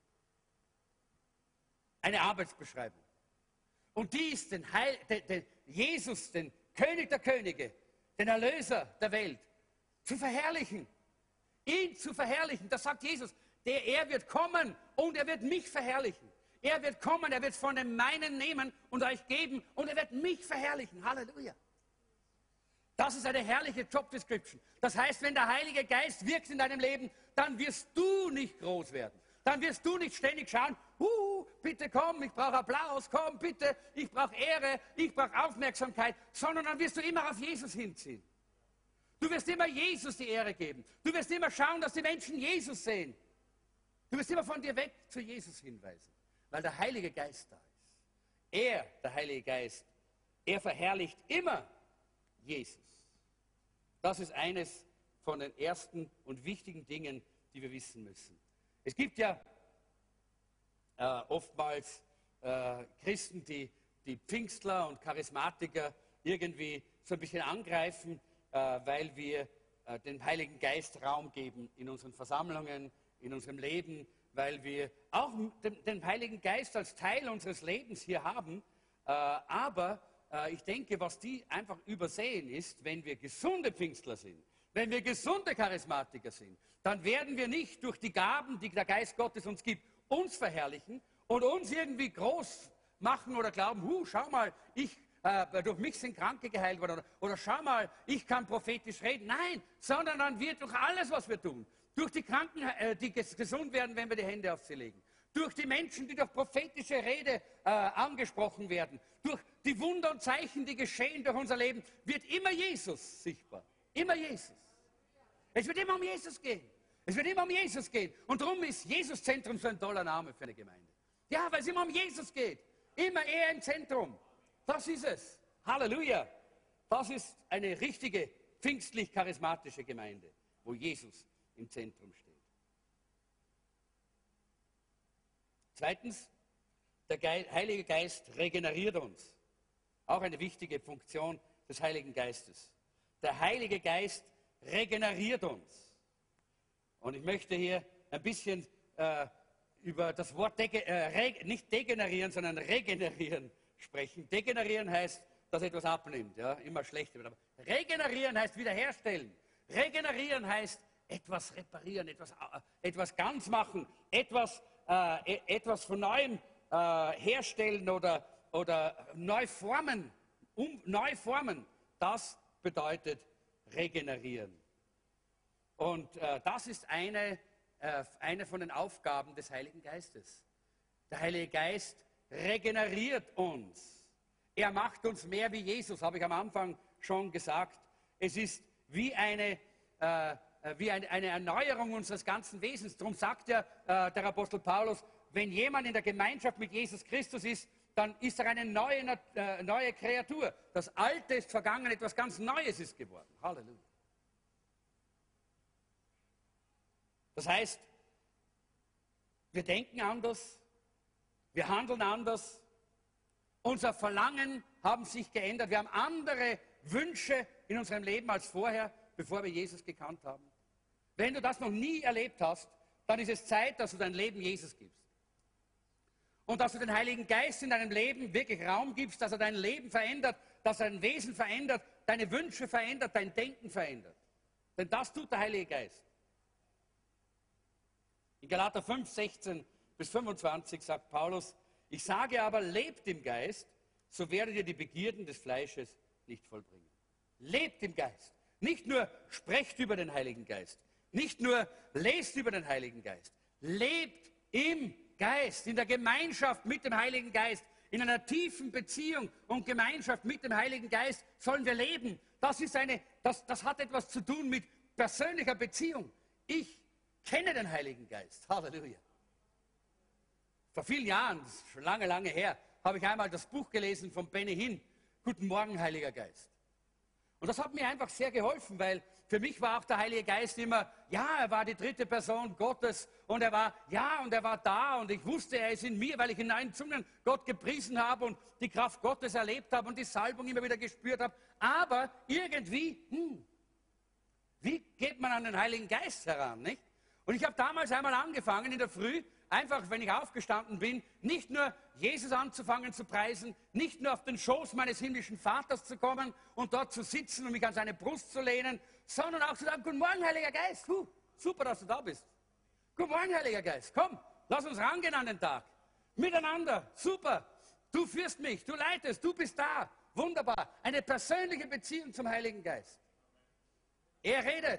Eine Arbeitsbeschreibung. Und die ist den Jesus, den König der Könige, den Erlöser der Welt, zu verherrlichen. Ihn zu verherrlichen. Das sagt Jesus. Er wird kommen und er wird mich verherrlichen. Er wird kommen, er wird von dem Meinen nehmen und euch geben und er wird mich verherrlichen. Halleluja. Das ist eine herrliche Job Description. Das heißt, wenn der Heilige Geist wirkt in deinem Leben, dann wirst du nicht groß werden. Dann wirst du nicht ständig schauen, bitte komm, ich brauche Applaus, komm bitte, ich brauche Ehre, ich brauche Aufmerksamkeit, sondern dann wirst du immer auf Jesus hinziehen. Du wirst immer Jesus die Ehre geben. Du wirst immer schauen, dass die Menschen Jesus sehen. Du wirst immer von dir weg zu Jesus hinweisen, weil der Heilige Geist da ist. Er, der Heilige Geist, er verherrlicht immer Jesus. Das ist eines von den ersten und wichtigen Dingen, die wir wissen müssen. Es gibt ja oftmals Christen, die Pfingstler und Charismatiker irgendwie so ein bisschen angreifen, weil wir dem Heiligen Geist Raum geben in unseren Versammlungen, in unserem Leben, weil wir auch den Heiligen Geist als Teil unseres Lebens hier haben. Aber ich denke, was die einfach übersehen ist, wenn wir gesunde Pfingstler sind, wenn wir gesunde Charismatiker sind, dann werden wir nicht durch die Gaben, die der Geist Gottes uns gibt, uns verherrlichen und uns irgendwie groß machen oder glauben, schau mal, durch mich sind Kranke geheilt worden oder schau mal, ich kann prophetisch reden. Nein, sondern dann wird durch alles, was wir tun, durch die Kranken, die gesund werden, wenn wir die Hände auf sie legen, durch die Menschen, die durch prophetische Rede angesprochen werden, durch die Wunder und Zeichen, die geschehen durch unser Leben, wird immer Jesus sichtbar. Immer Jesus. Es wird immer um Jesus gehen. Es wird immer um Jesus gehen. Und darum ist Jesuszentrum so ein toller Name für eine Gemeinde. Ja, weil es immer um Jesus geht. Immer er im Zentrum. Das ist es. Halleluja. Das ist eine richtige, pfingstlich-charismatische Gemeinde, wo Jesus im Zentrum steht. Zweitens, der Heilige Geist regeneriert uns. Auch eine wichtige Funktion des Heiligen Geistes. Der Heilige Geist regeneriert uns. Und ich möchte hier ein bisschen über das Wort nicht degenerieren, sondern regenerieren sprechen. Degenerieren heißt, dass etwas abnimmt, ja, immer schlechter wird. Aber regenerieren heißt wiederherstellen. Regenerieren heißt etwas reparieren, etwas ganz machen, etwas von Neuem herstellen oder neu formen. Neu formen, das bedeutet regenerieren. Und das ist eine von den Aufgaben des Heiligen Geistes. Der Heilige Geist regeneriert uns. Er macht uns mehr wie Jesus, habe ich am Anfang schon gesagt. Es ist wie eine Erneuerung unseres ganzen Wesens. Darum sagt ja der Apostel Paulus, wenn jemand in der Gemeinschaft mit Jesus Christus ist, dann ist er eine neue Kreatur. Das Alte ist vergangen, etwas ganz Neues ist geworden. Halleluja. Das heißt, wir denken anders, wir handeln anders, unser Verlangen haben sich geändert, wir haben andere Wünsche in unserem Leben als vorher, bevor wir Jesus gekannt haben. Wenn du das noch nie erlebt hast, dann ist es Zeit, dass du dein Leben Jesus gibst. Und dass du den Heiligen Geist in deinem Leben wirklich Raum gibst, dass er dein Leben verändert, dass er dein Wesen verändert, deine Wünsche verändert, dein Denken verändert. Denn das tut der Heilige Geist. In Galater 5, 16 bis 25 sagt Paulus, ich sage aber, lebt im Geist, so werdet ihr die Begierden des Fleisches nicht vollbringen. Lebt im Geist. Nicht nur sprecht über den Heiligen Geist, nicht nur lest über den Heiligen Geist. Lebt im Geist, in der Gemeinschaft mit dem Heiligen Geist, in einer tiefen Beziehung und Gemeinschaft mit dem Heiligen Geist sollen wir leben. Das hat etwas zu tun mit persönlicher Beziehung. Ich kenne den Heiligen Geist. Halleluja. Vor vielen Jahren, das ist schon lange, lange her, habe ich einmal das Buch gelesen von Benny Hinn, Guten Morgen, Heiliger Geist. Und das hat mir einfach sehr geholfen, weil für mich war auch der Heilige Geist immer, ja, er war die dritte Person Gottes und er war da und ich wusste, er ist in mir, weil ich in neuen Zungen Gott gepriesen habe und die Kraft Gottes erlebt habe und die Salbung immer wieder gespürt habe. Aber irgendwie, wie geht man an den Heiligen Geist heran, nicht? Und ich habe damals einmal angefangen in der Früh, einfach, wenn ich aufgestanden bin, nicht nur Jesus anzufangen zu preisen, nicht nur auf den Schoß meines himmlischen Vaters zu kommen und dort zu sitzen und mich an seine Brust zu lehnen, sondern auch zu sagen, guten Morgen, Heiliger Geist, super, dass du da bist. Guten Morgen, Heiliger Geist, komm, lass uns rangehen an den Tag. Miteinander, super, du führst mich, du leitest, du bist da, wunderbar. Eine persönliche Beziehung zum Heiligen Geist. Er redet,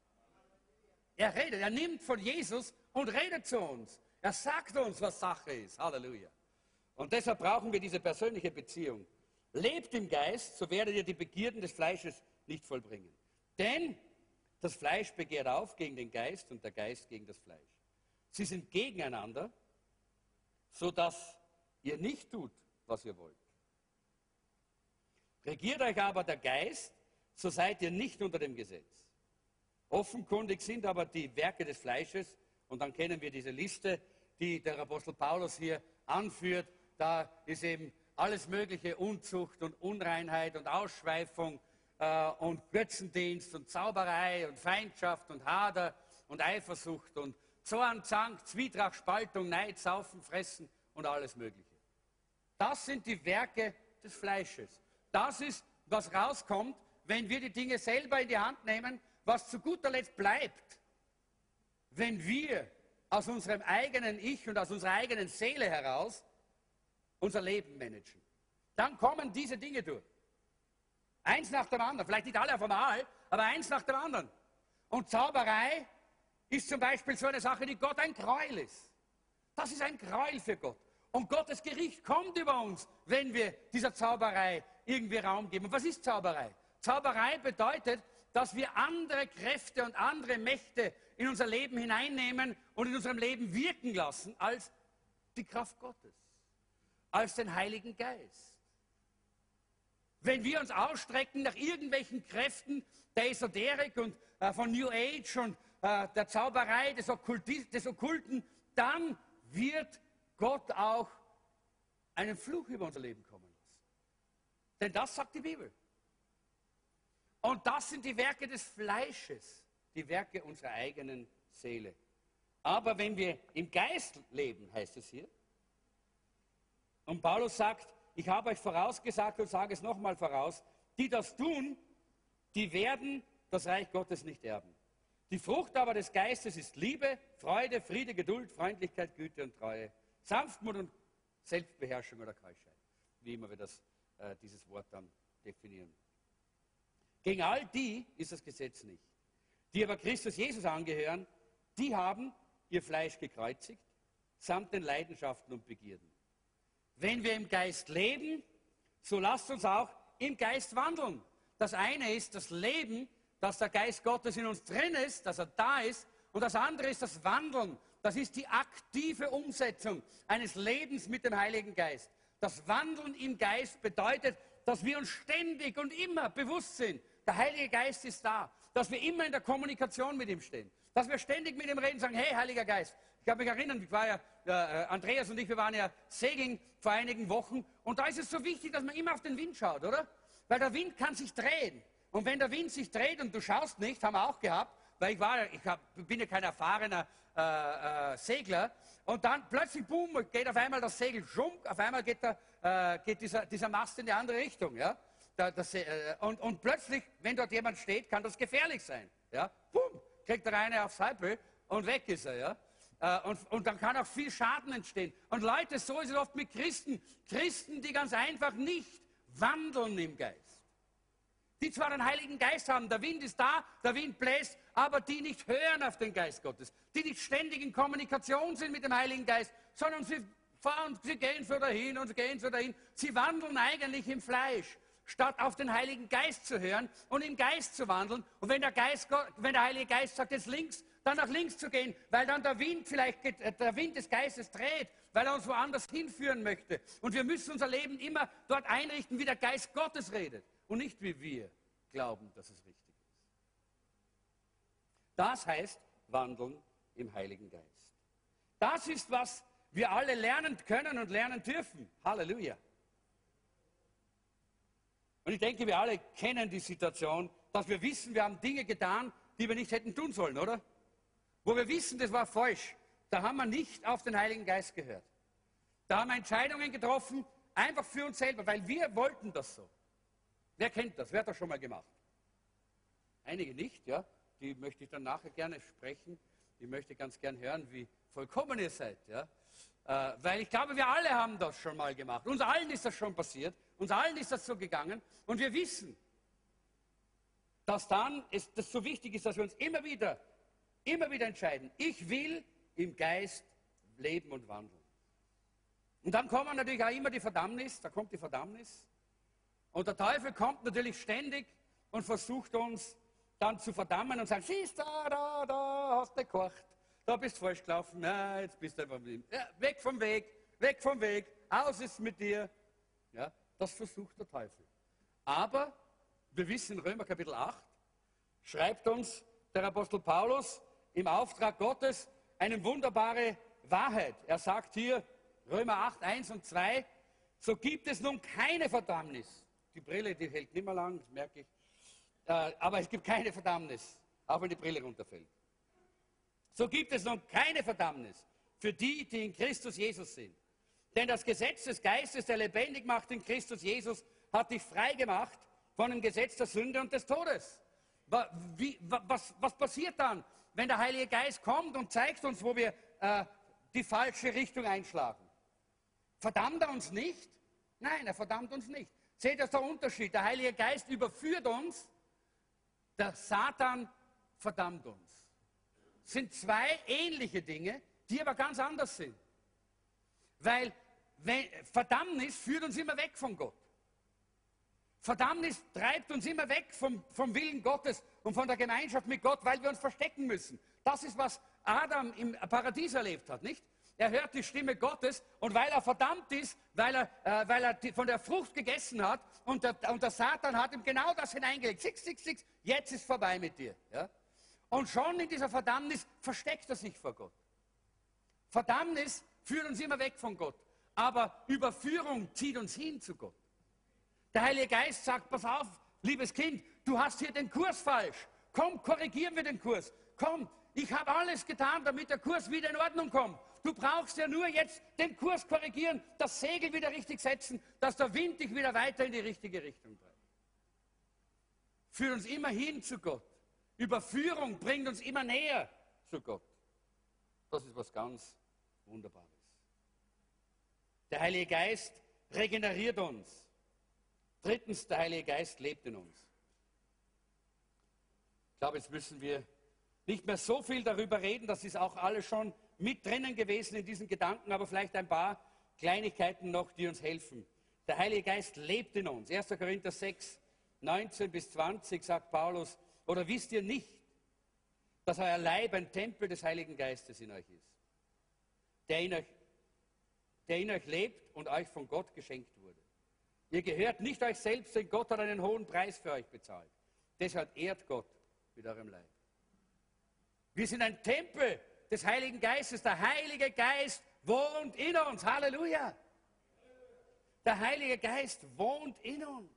er nimmt von Jesus und redet zu uns. Er sagt uns, was Sache ist. Halleluja. Und deshalb brauchen wir diese persönliche Beziehung. Lebt im Geist, so werdet ihr die Begierden des Fleisches nicht vollbringen. Denn das Fleisch begehrt auf gegen den Geist und der Geist gegen das Fleisch. Sie sind gegeneinander, sodass ihr nicht tut, was ihr wollt. Regiert euch aber der Geist, so seid ihr nicht unter dem Gesetz. Offenkundig sind aber die Werke des Fleisches, und dann kennen wir diese Liste, die der Apostel Paulus hier anführt. Da ist eben alles mögliche, Unzucht und Unreinheit und Ausschweifung und Götzendienst und Zauberei und Feindschaft und Hader und Eifersucht und Zorn, Zank, Zwietracht, Spaltung, Neid, Saufen, Fressen und alles Mögliche. Das sind die Werke des Fleisches. Das ist, was rauskommt, wenn wir die Dinge selber in die Hand nehmen, was zu guter Letzt bleibt, wenn wir aus unserem eigenen Ich und aus unserer eigenen Seele heraus unser Leben managen. Dann kommen diese Dinge durch. Eins nach dem anderen, vielleicht nicht alle auf einmal, aber eins nach dem anderen. Und Zauberei ist zum Beispiel so eine Sache, die Gott ein Gräuel ist. Das ist ein Gräuel für Gott. Und Gottes Gericht kommt über uns, wenn wir dieser Zauberei irgendwie Raum geben. Und was ist Zauberei? Zauberei bedeutet, dass wir andere Kräfte und andere Mächte in unser Leben hineinnehmen und in unserem Leben wirken lassen als die Kraft Gottes, als den Heiligen Geist. Wenn wir uns ausstrecken nach irgendwelchen Kräften der Esoterik und von New Age und der Zauberei, des Okkulten, dann wird Gott auch einen Fluch über unser Leben kommen lassen. Denn das sagt die Bibel. Und das sind die Werke des Fleisches, die Werke unserer eigenen Seele. Aber wenn wir im Geist leben, heißt es hier, und Paulus sagt, ich habe euch vorausgesagt und sage es nochmal voraus, die das tun, die werden das Reich Gottes nicht erben. Die Frucht aber des Geistes ist Liebe, Freude, Friede, Geduld, Freundlichkeit, Güte und Treue, Sanftmut und Selbstbeherrschung oder Keuschheit, wie immer wir dieses Wort dann definieren. Gegen all die ist das Gesetz nicht. Die aber Christus Jesus angehören, die haben ihr Fleisch gekreuzigt, samt den Leidenschaften und Begierden. Wenn wir im Geist leben, so lasst uns auch im Geist wandeln. Das eine ist das Leben, dass der Geist Gottes in uns drin ist, dass er da ist. Und das andere ist das Wandeln. Das ist die aktive Umsetzung eines Lebens mit dem Heiligen Geist. Das Wandeln im Geist bedeutet, dass wir uns ständig und immer bewusst sind, der Heilige Geist ist da. Dass wir immer in der Kommunikation mit ihm stehen. Dass wir ständig mit ihm reden und sagen, hey, Heiliger Geist. Ich kann mich erinnern, Andreas und ich, wir waren ja segeln vor einigen Wochen. Und da ist es so wichtig, dass man immer auf den Wind schaut, oder? Weil der Wind kann sich drehen. Und wenn der Wind sich dreht und du schaust nicht, haben wir auch gehabt, weil bin ja kein erfahrener Segler, und dann plötzlich, boom, geht auf einmal das Segel, schunk, auf einmal geht dieser Mast in die andere Richtung. Ja? Und plötzlich, wenn dort jemand steht, kann das gefährlich sein. Ja? Boom, kriegt der eine aufs Halbel und weg ist er. Ja? Und dann kann auch viel Schaden entstehen. Und Leute, so ist es oft mit Christen. Christen, die ganz einfach nicht wandeln im Geist. Die zwar den Heiligen Geist haben, der Wind ist da, der Wind bläst, aber die nicht hören auf den Geist Gottes. Die nicht ständig in Kommunikation sind mit dem Heiligen Geist, sondern sie fahren, sie gehen so dahin und gehen so dahin. Sie wandeln eigentlich im Fleisch, statt auf den Heiligen Geist zu hören und im Geist zu wandeln. Und wenn der Heilige Geist sagt, jetzt links, dann nach links zu gehen, weil dann der Wind der Wind des Geistes dreht, weil er uns woanders hinführen möchte. Und wir müssen unser Leben immer dort einrichten, wie der Geist Gottes redet und nicht wie wir glauben, dass es richtig ist. Das heißt Wandeln im Heiligen Geist. Das ist, was wir alle lernen können und lernen dürfen. Halleluja. Und ich denke, wir alle kennen die Situation, dass wir wissen, wir haben Dinge getan, die wir nicht hätten tun sollen, oder? Wo wir wissen, das war falsch. Da haben wir nicht auf den Heiligen Geist gehört. Da haben wir Entscheidungen getroffen, einfach für uns selber, weil wir wollten das so. Wer kennt das? Wer hat das schon mal gemacht? Einige nicht, ja. Die möchte ich dann nachher gerne sprechen. Ich möchte ganz gern hören, wie vollkommen ihr seid, ja. Weil ich glaube, wir alle haben das schon mal gemacht. Uns allen ist das schon passiert. Uns allen ist das so gegangen. Und wir wissen, dass das so wichtig ist, dass wir uns immer wieder entscheiden. Ich will im Geist leben und wandeln. Und dann kommt natürlich auch immer die Verdammnis. Da kommt die Verdammnis. Und der Teufel kommt natürlich ständig und versucht uns dann zu verdammen und sagt, siehst du, da hast du gekocht, da bist du falsch gelaufen, ja, jetzt bist du einfach mit ihm. Ja, weg vom Weg, aus ist mit dir. Ja, das versucht der Teufel. Aber wir wissen, in Römer Kapitel 8 schreibt uns der Apostel Paulus im Auftrag Gottes eine wunderbare Wahrheit. Er sagt hier, Römer 8, 1 und 2, so gibt es nun keine Verdammnis. Die Brille, die hält nicht mehr lang, das merke ich. Aber es gibt keine Verdammnis, auch wenn die Brille runterfällt. So gibt es nun keine Verdammnis für die, die in Christus Jesus sind. Denn das Gesetz des Geistes, der lebendig macht in Christus Jesus, hat dich frei gemacht von dem Gesetz der Sünde und des Todes. Was passiert dann, wenn der Heilige Geist kommt und zeigt uns, wo wir die falsche Richtung einschlagen? Verdammt er uns nicht? Nein, er verdammt uns nicht. Seht ihr der Unterschied? Der Heilige Geist überführt uns, der Satan verdammt uns. Es sind zwei ähnliche Dinge, die aber ganz anders sind. Weil Verdammnis führt uns immer weg von Gott. Verdammnis treibt uns immer weg vom Willen Gottes und von der Gemeinschaft mit Gott, weil wir uns verstecken müssen. Das ist, was Adam im Paradies erlebt hat, nicht? Er hört die Stimme Gottes und weil er verdammt ist, weil er von der Frucht gegessen hat und der Satan hat ihm genau das hineingelegt. Jetzt ist vorbei mit dir. Ja? Und schon in dieser Verdammnis versteckt er sich vor Gott. Verdammnis führt uns immer weg von Gott. Aber Überführung zieht uns hin zu Gott. Der Heilige Geist sagt, pass auf, liebes Kind, du hast hier den Kurs falsch. Komm, korrigieren wir den Kurs. Komm, ich habe alles getan, damit der Kurs wieder in Ordnung kommt. Du brauchst ja nur jetzt den Kurs korrigieren, das Segel wieder richtig setzen, dass der Wind dich wieder weiter in die richtige Richtung treibt. Führt uns immer hin zu Gott. Überführung bringt uns immer näher zu Gott. Das ist was ganz Wunderbares. Der Heilige Geist regeneriert uns. Drittens, der Heilige Geist lebt in uns. Ich glaube, jetzt müssen wir nicht mehr so viel darüber reden, das ist auch alles schon mit drinnen gewesen in diesen Gedanken, aber vielleicht ein paar Kleinigkeiten noch, die uns helfen. Der Heilige Geist lebt in uns. 1. Korinther 6, 19 bis 20 sagt Paulus, oder wisst ihr nicht, dass euer Leib ein Tempel des Heiligen Geistes in euch ist, der in euch lebt und euch von Gott geschenkt wurde. Ihr gehört nicht euch selbst, denn Gott hat einen hohen Preis für euch bezahlt. Deshalb ehrt Gott mit eurem Leib. Wir sind ein Tempel des Heiligen Geistes. Der Heilige Geist wohnt in uns. Halleluja! Der Heilige Geist wohnt in uns.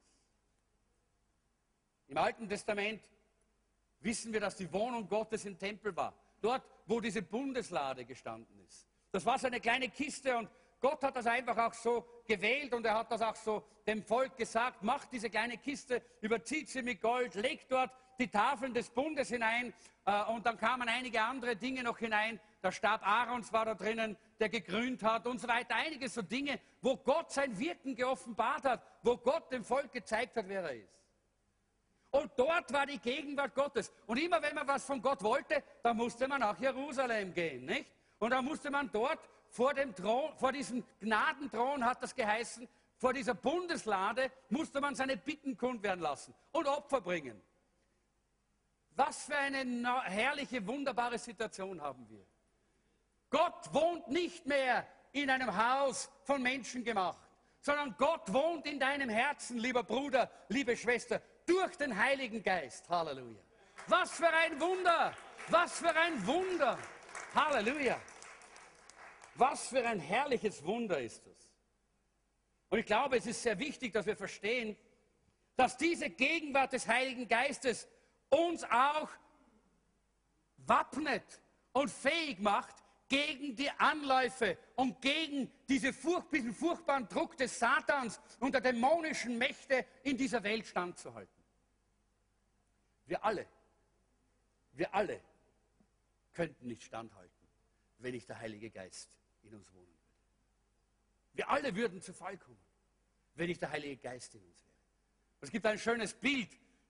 Im Alten Testament wissen wir, dass die Wohnung Gottes im Tempel war. Dort, wo diese Bundeslade gestanden ist. Das war so eine kleine Kiste und Gott hat das einfach auch so gewählt und er hat das auch so dem Volk gesagt, macht diese kleine Kiste, überzieht sie mit Gold, legt dort die Tafeln des Bundes hinein und dann kamen einige andere Dinge noch hinein. Der Stab Aarons war da drinnen, der gegrünt hat und so weiter. Einige so Dinge, wo Gott sein Wirken geoffenbart hat, wo Gott dem Volk gezeigt hat, wer er ist. Und dort war die Gegenwart Gottes. Und immer wenn man was von Gott wollte, dann musste man nach Jerusalem gehen, nicht? Und dann musste man dort vor dem Thron, vor diesem Gnadenthron hat das geheißen, vor dieser Bundeslade musste man seine Bitten kund werden lassen und Opfer bringen. Was für eine herrliche, wunderbare Situation haben wir. Gott wohnt nicht mehr in einem Haus von Menschen gemacht, sondern Gott wohnt in deinem Herzen, lieber Bruder, liebe Schwester, durch den Heiligen Geist. Halleluja. Was für ein Wunder! Was für ein Wunder! Halleluja! Was für ein herrliches Wunder ist das. Und ich glaube, es ist sehr wichtig, dass wir verstehen, dass diese Gegenwart des Heiligen Geistes uns auch wappnet und fähig macht, gegen die Anläufe und gegen diesen furchtbaren Druck des Satans und der dämonischen Mächte in dieser Welt standzuhalten. Wir alle könnten nicht standhalten, wenn nicht der Heilige Geist in uns wohnen würde. Wir alle würden zu Fall kommen, wenn nicht der Heilige Geist in uns wäre. Es gibt ein schönes Bild.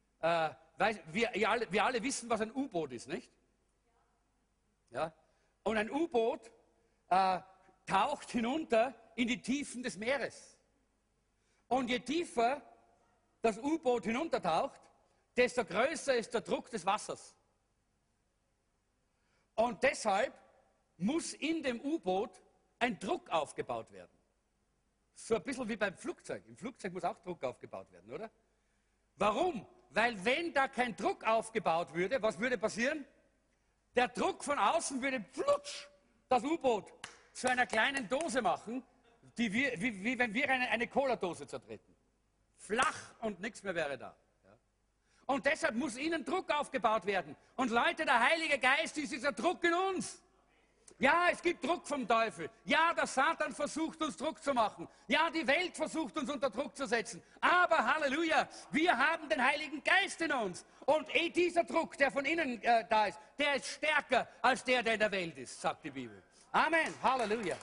Wir alle wissen, was ein U-Boot ist, nicht? Ja? Und ein U-Boot taucht hinunter in die Tiefen des Meeres. Und je tiefer das U-Boot hinuntertaucht, desto größer ist der Druck des Wassers. Und deshalb muss in dem U-Boot ein Druck aufgebaut werden. So ein bisschen wie beim Flugzeug. Im Flugzeug muss auch Druck aufgebaut werden, oder? Warum? Weil wenn da kein Druck aufgebaut würde, was würde passieren? Der Druck von außen würde flutsch das U-Boot zu einer kleinen Dose machen, die wie wenn wir eine Cola-Dose zertreten. Flach und nichts mehr wäre da. Ja? Und deshalb muss innen Druck aufgebaut werden. Und Leute, der Heilige Geist ist dieser Druck in uns. Ja, es gibt Druck vom Teufel. Ja, der Satan versucht uns Druck zu machen. Ja, die Welt versucht uns unter Druck zu setzen. Aber Halleluja, wir haben den Heiligen Geist in uns. Und dieser Druck, der von innen da ist, der ist stärker als der in der Welt ist, sagt die Bibel. Amen, Halleluja.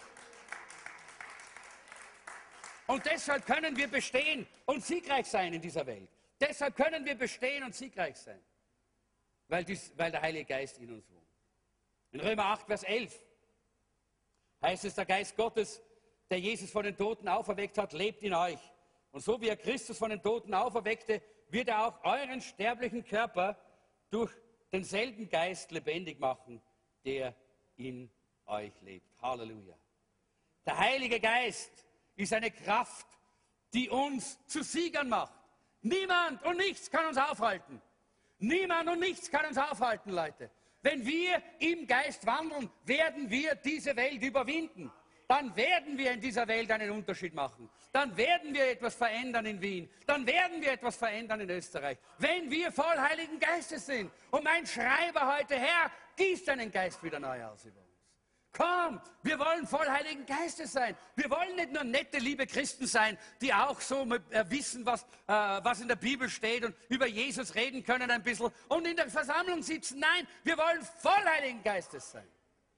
Und deshalb können wir bestehen und siegreich sein in dieser Welt. Deshalb können wir bestehen und siegreich sein, weil der Heilige Geist in uns wohnt. In Römer 8, Vers 11 heißt es, der Geist Gottes der Jesus von den Toten auferweckt hat, lebt in euch. Und so wie er Christus von den Toten auferweckte, wird er auch euren sterblichen Körper durch denselben Geist lebendig machen, der in euch lebt. Halleluja. Der Heilige Geist ist eine Kraft, die uns zu Siegern macht. Niemand und nichts kann uns aufhalten. Niemand und nichts kann uns aufhalten, Leute. Wenn wir im Geist wandeln, werden wir diese Welt überwinden. Dann werden wir in dieser Welt einen Unterschied machen. Dann werden wir etwas verändern in Wien. Dann werden wir etwas verändern in Österreich. Wenn wir voll Heiligen Geistes sind. Und mein Schreiber heute, Herr, gieß deinen Geist wieder neu aus über uns. Komm, wir wollen voll Heiligen Geistes sein. Wir wollen nicht nur nette, liebe Christen sein, die auch so wissen, was in der Bibel steht und über Jesus reden können ein bisschen und in der Versammlung sitzen. Nein, wir wollen voll Heiligen Geistes sein.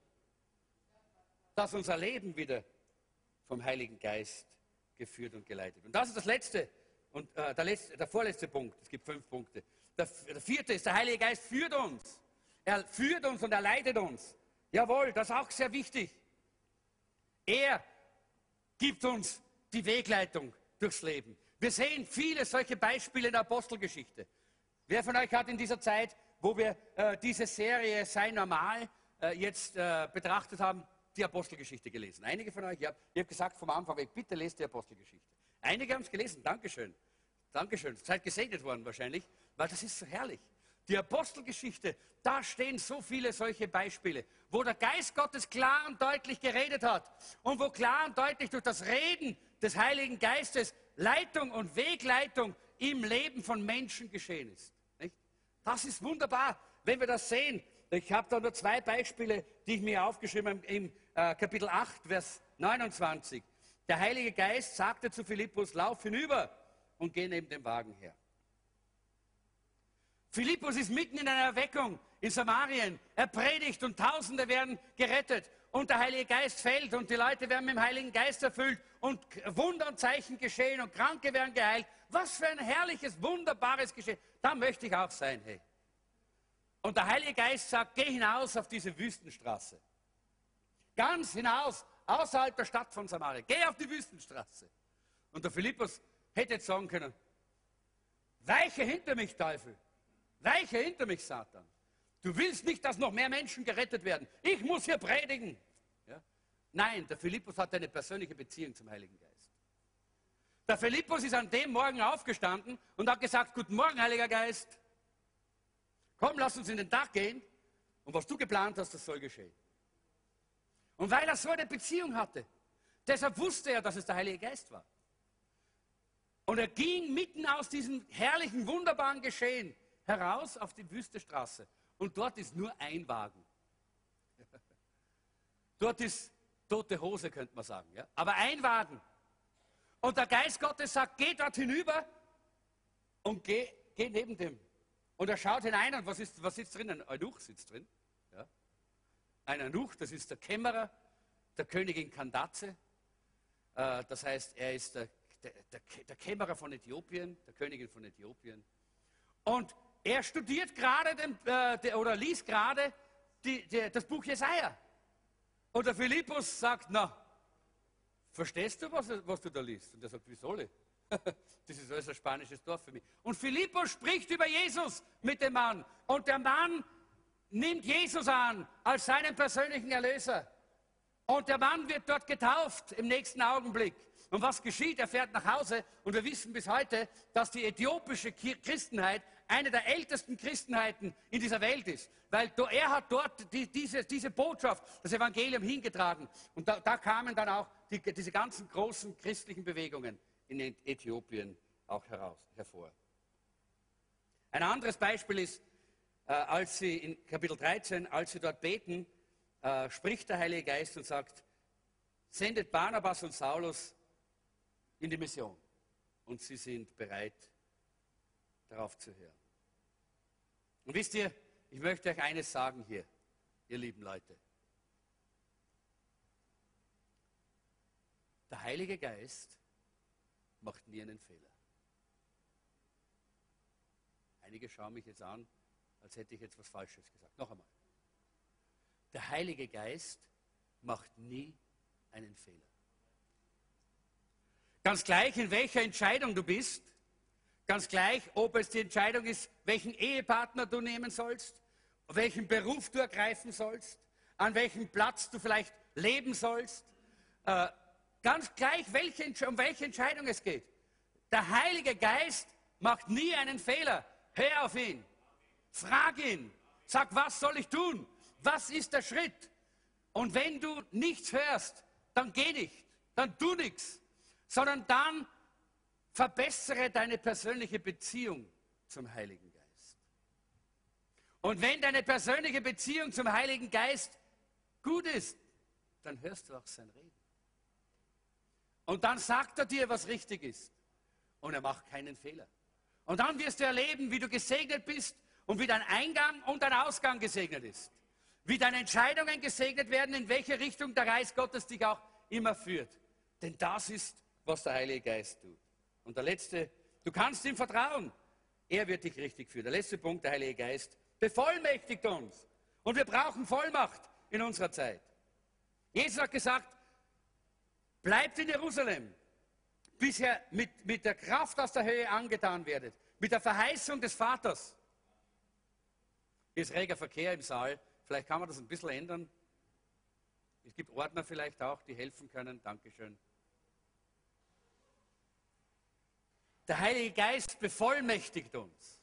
Dass unser Leben wieder vom Heiligen Geist geführt und geleitet. Und das ist das letzte und der vorletzte Punkt. Es gibt 5 Punkte. Der vierte ist, der Heilige Geist führt uns. Er führt uns und er leitet uns. Jawohl, das ist auch sehr wichtig. Er gibt uns die Wegleitung durchs Leben. Wir sehen viele solche Beispiele in der Apostelgeschichte. Wer von euch hat in dieser Zeit, wo wir diese Serie Sei normal jetzt betrachtet haben, die Apostelgeschichte gelesen? Einige von euch, ja. Ich habe gesagt vom Anfang weg, bitte lest die Apostelgeschichte. Einige haben es gelesen, Dankeschön. Dankeschön, seid gesegnet worden wahrscheinlich, weil das ist so herrlich. Die Apostelgeschichte, da stehen so viele solche Beispiele, wo der Geist Gottes klar und deutlich geredet hat und wo klar und deutlich durch das Reden des Heiligen Geistes Leitung und Wegleitung im Leben von Menschen geschehen ist. Nicht? Das ist wunderbar, wenn wir das sehen. Ich habe da nur 2 Beispiele, die ich mir aufgeschrieben habe im Kapitel 8, Vers 29. Der Heilige Geist sagte zu Philippus, lauf hinüber und geh neben dem Wagen her. Philippus ist mitten in einer Erweckung in Samarien. Er predigt und Tausende werden gerettet. Und der Heilige Geist fällt und die Leute werden mit dem Heiligen Geist erfüllt und Wunder und Zeichen geschehen und Kranke werden geheilt. Was für ein herrliches, wunderbares Geschehen. Da möchte ich auch sein, hey. Und der Heilige Geist sagt, geh hinaus auf diese Wüstenstraße. Ganz hinaus, außerhalb der Stadt von Samarien. Geh auf die Wüstenstraße. Und der Philippus hätte jetzt sagen können, weiche hinter mich, Teufel. Weiche hinter mich, Satan. Du willst nicht, dass noch mehr Menschen gerettet werden. Ich muss hier predigen. Ja? Nein, der Philippus hat eine persönliche Beziehung zum Heiligen Geist. Der Philippus ist an dem Morgen aufgestanden und hat gesagt, guten Morgen, Heiliger Geist. Komm, lass uns in den Tag gehen. Und was du geplant hast, das soll geschehen. Und weil er so eine Beziehung hatte, deshalb wusste er, dass es der Heilige Geist war. Und er ging mitten aus diesem herrlichen, wunderbaren Geschehen heraus auf die Wüstenstraße. Und dort ist nur ein Wagen. Dort ist tote Hose, könnte man sagen. Ja? Aber ein Wagen. Und der Geist Gottes sagt, geh dort hinüber und geh neben dem. Und er schaut hinein und was sitzt drin? Ein Eunuch sitzt drin. Ja? Ein Eunuch, das ist der Kämmerer der Königin Candace. Das heißt, er ist der Kämmerer von Äthiopien, der Königin von Äthiopien. Und er studiert gerade oder liest gerade das Buch Jesaja. Und der Philippus sagt, na, verstehst du, was du da liest? Und er sagt, wie soll ich? Das ist alles ein spanisches Dorf für mich. Und Philippus spricht über Jesus mit dem Mann. Und der Mann nimmt Jesus an als seinen persönlichen Erlöser. Und der Mann wird dort getauft im nächsten Augenblick. Und was geschieht? Er fährt nach Hause und wir wissen bis heute, dass die äthiopische Christenheit eine der ältesten Christenheiten in dieser Welt ist. Weil er hat dort diese Botschaft, das Evangelium hingetragen. Und da kamen dann auch diese ganzen großen christlichen Bewegungen in Äthiopien auch hervor. Ein anderes Beispiel ist, als sie in Kapitel 13, als sie dort beten, spricht der Heilige Geist und sagt, sendet Barnabas und Saulus in die Mission. Und sie sind bereit, darauf zu hören. Und wisst ihr, ich möchte euch eines sagen hier, ihr lieben Leute. Der Heilige Geist macht nie einen Fehler. Einige schauen mich jetzt an, als hätte ich jetzt was Falsches gesagt. Noch einmal. Der Heilige Geist macht nie einen Fehler. Ganz gleich, in welcher Entscheidung du bist, ganz gleich, ob es die Entscheidung ist, welchen Ehepartner du nehmen sollst, welchen Beruf du ergreifen sollst, an welchem Platz du vielleicht leben sollst, ganz gleich, um welche Entscheidung es geht. Der Heilige Geist macht nie einen Fehler. Hör auf ihn, frag ihn, sag, was soll ich tun? Was ist der Schritt? Und wenn du nichts hörst, dann geh nicht, dann tu nichts, sondern dann verbessere deine persönliche Beziehung zum Heiligen Geist. Und wenn deine persönliche Beziehung zum Heiligen Geist gut ist, dann hörst du auch sein Reden. Und dann sagt er dir, was richtig ist. Und er macht keinen Fehler. Und dann wirst du erleben, wie du gesegnet bist und wie dein Eingang und dein Ausgang gesegnet ist. Wie deine Entscheidungen gesegnet werden, in welche Richtung der Geist Gottes dich auch immer führt. Denn das ist, was der Heilige Geist tut. Und der letzte, du kannst ihm vertrauen. Er wird dich richtig führen. Der letzte Punkt, der Heilige Geist bevollmächtigt uns. Und wir brauchen Vollmacht in unserer Zeit. Jesus hat gesagt, bleibt in Jerusalem, bis ihr mit der Kraft aus der Höhe angetan werdet. Mit der Verheißung des Vaters. Hier ist reger Verkehr im Saal. Vielleicht kann man das ein bisschen ändern. Es gibt Ordner vielleicht auch, die helfen können. Dankeschön. Der Heilige Geist bevollmächtigt uns.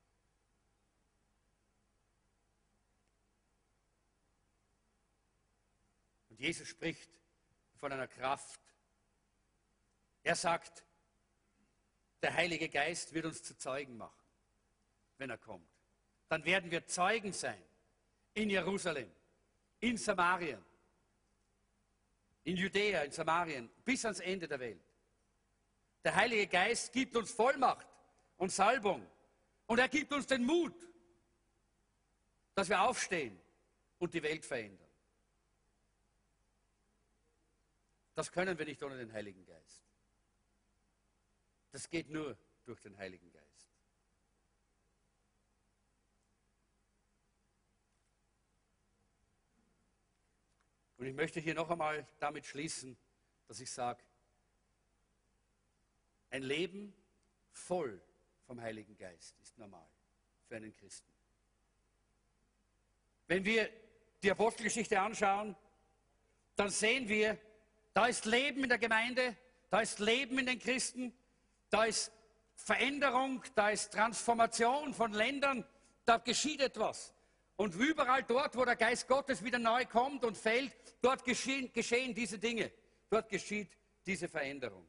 Und Jesus spricht von einer Kraft. Er sagt, der Heilige Geist wird uns zu Zeugen machen, wenn er kommt. Dann werden wir Zeugen sein in Jerusalem, in Samarien, in Judäa, in Samarien, bis ans Ende der Welt. Der Heilige Geist gibt uns Vollmacht und Salbung und er gibt uns den Mut, dass wir aufstehen und die Welt verändern. Das können wir nicht ohne den Heiligen Geist. Das geht nur durch den Heiligen Geist. Und ich möchte hier noch einmal damit schließen, dass ich sage, ein Leben voll vom Heiligen Geist ist normal für einen Christen. Wenn wir die Apostelgeschichte anschauen, dann sehen wir, da ist Leben in der Gemeinde, da ist Leben in den Christen, da ist Veränderung, da ist Transformation von Ländern, da geschieht etwas. Und überall dort, wo der Geist Gottes wieder neu kommt und fällt, dort geschehen diese Dinge. Dort geschieht diese Veränderung.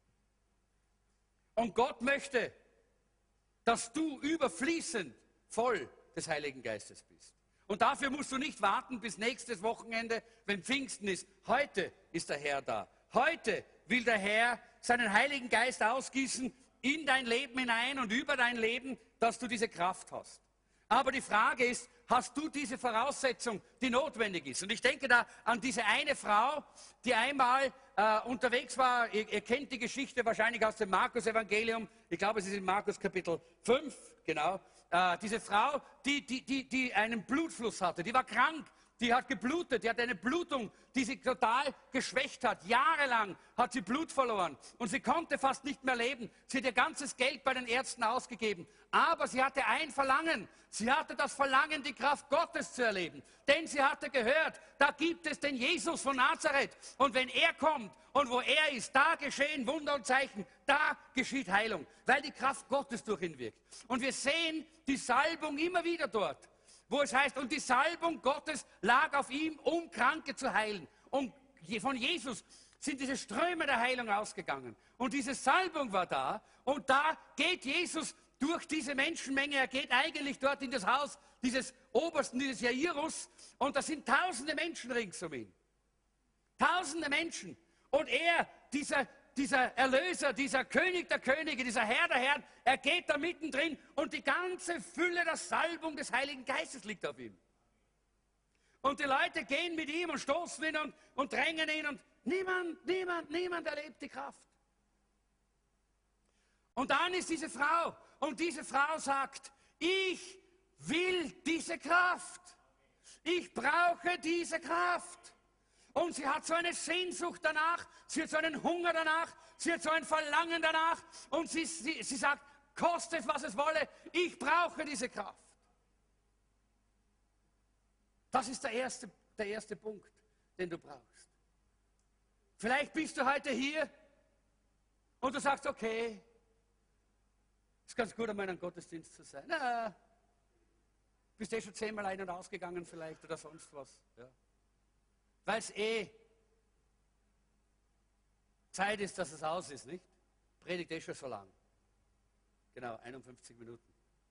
Und Gott möchte, dass du überfließend voll des Heiligen Geistes bist. Und dafür musst du nicht warten bis nächstes Wochenende, wenn Pfingsten ist. Heute ist der Herr da. Heute will der Herr seinen Heiligen Geist ausgießen in dein Leben hinein und über dein Leben, dass du diese Kraft hast. Aber die Frage ist, hast du diese Voraussetzung, die notwendig ist? Und ich denke da an diese eine Frau, die einmal unterwegs war. Ihr kennt die Geschichte wahrscheinlich aus dem Markus-Evangelium. Ich glaube, es ist in Markus Kapitel 5, genau. Diese Frau, die einen Blutfluss hatte, die war krank. Die hat geblutet, die hat eine Blutung, die sie total geschwächt hat. Jahrelang hat sie Blut verloren und sie konnte fast nicht mehr leben. Sie hat ihr ganzes Geld bei den Ärzten ausgegeben. Aber sie hatte ein Verlangen. Sie hatte das Verlangen, die Kraft Gottes zu erleben. Denn sie hatte gehört, da gibt es den Jesus von Nazareth. Und wenn er kommt und wo er ist, da geschehen Wunder und Zeichen. Da geschieht Heilung, weil die Kraft Gottes durch ihn wirkt. Und wir sehen die Salbung immer wieder dort, wo es heißt, und die Salbung Gottes lag auf ihm, um Kranke zu heilen. Und von Jesus sind diese Ströme der Heilung ausgegangen. Und diese Salbung war da. Und da geht Jesus durch diese Menschenmenge. Er geht eigentlich dort in das Haus dieses Obersten, dieses Jairus. Und da sind tausende Menschen rings um ihn. Tausende Menschen. Und er, dieser Erlöser, dieser König der Könige, dieser Herr der Herren, er geht da mittendrin und die ganze Fülle der Salbung des Heiligen Geistes liegt auf ihm. Und die Leute gehen mit ihm und stoßen ihn und drängen ihn und niemand erlebt die Kraft. Und dann ist diese Frau und diese Frau sagt, ich will diese Kraft. Ich brauche diese Kraft. Und sie hat so eine Sehnsucht danach, sie hat so einen Hunger danach, sie hat so ein Verlangen danach und sie sagt, koste es, was es wolle, ich brauche diese Kraft. Das ist der erste Punkt, den du brauchst. Vielleicht bist du heute hier und du sagst, okay, es ist ganz gut, einmal in einem Gottesdienst zu sein. Na, bist schon 10-mal ein- und ausgegangen vielleicht oder sonst was. Ja. Weil es Zeit ist, dass es aus ist, nicht? Predigt schon so lang. Genau, 51 Minuten.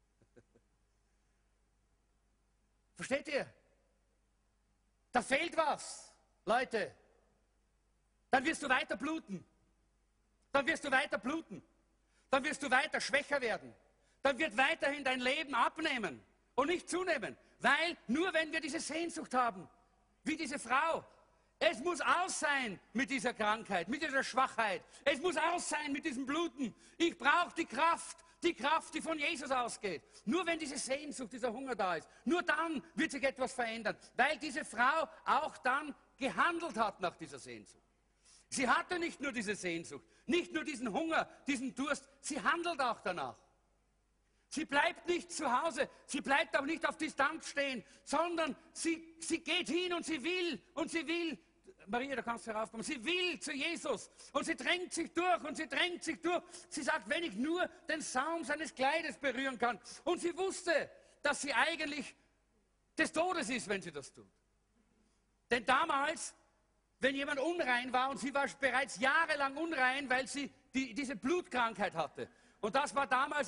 Versteht ihr? Da fehlt was, Leute. Dann wirst du weiter bluten. Dann wirst du weiter bluten. Dann wirst du weiter schwächer werden. Dann wird weiterhin dein Leben abnehmen und nicht zunehmen. Weil nur wenn wir diese Sehnsucht haben, wie diese Frau, es muss aus sein mit dieser Krankheit, mit dieser Schwachheit. Es muss aus sein mit diesem Bluten. Ich brauche die Kraft, die von Jesus ausgeht. Nur wenn diese Sehnsucht, dieser Hunger da ist, nur dann wird sich etwas verändern. Weil diese Frau auch dann gehandelt hat nach dieser Sehnsucht. Sie hatte nicht nur diese Sehnsucht, nicht nur diesen Hunger, diesen Durst, sie handelt auch danach. Sie bleibt nicht zu Hause, sie bleibt auch nicht auf Distanz stehen, sondern sie geht hin und sie will, Maria, da kannst du heraufkommen, sie will zu Jesus und sie drängt sich durch und sie drängt sich durch. Sie sagt, wenn ich nur den Saum seines Kleides berühren kann. Und sie wusste, dass sie eigentlich des Todes ist, wenn sie das tut. Denn damals, wenn jemand unrein war, und sie war bereits jahrelang unrein, weil sie diese Blutkrankheit hatte. Und das war damals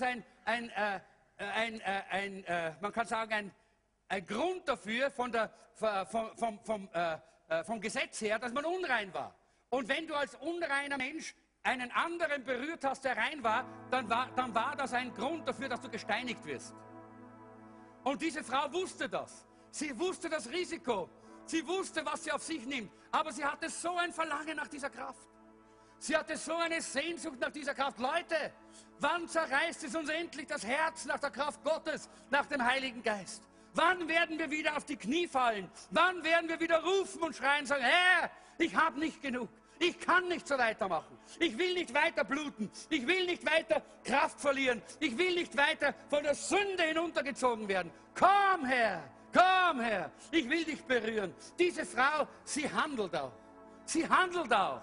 man kann sagen, ein Grund dafür vom Gesetz her, dass man unrein war. Und wenn du als unreiner Mensch einen anderen berührt hast, der rein war, dann war das ein Grund dafür, dass du gesteinigt wirst. Und diese Frau wusste das. Sie wusste das Risiko. Sie wusste, was sie auf sich nimmt. Aber sie hatte so ein Verlangen nach dieser Kraft. Sie hatte so eine Sehnsucht nach dieser Kraft. Leute, wann zerreißt es uns endlich das Herz nach der Kraft Gottes, nach dem Heiligen Geist? Wann werden wir wieder auf die Knie fallen? Wann werden wir wieder rufen und schreien und sagen, Herr, ich habe nicht genug. Ich kann nicht so weitermachen. Ich will nicht weiter bluten. Ich will nicht weiter Kraft verlieren. Ich will nicht weiter von der Sünde hinuntergezogen werden. Komm, Herr, komm, Herr. Ich will dich berühren. Diese Frau, sie handelt auch. Sie handelt auch,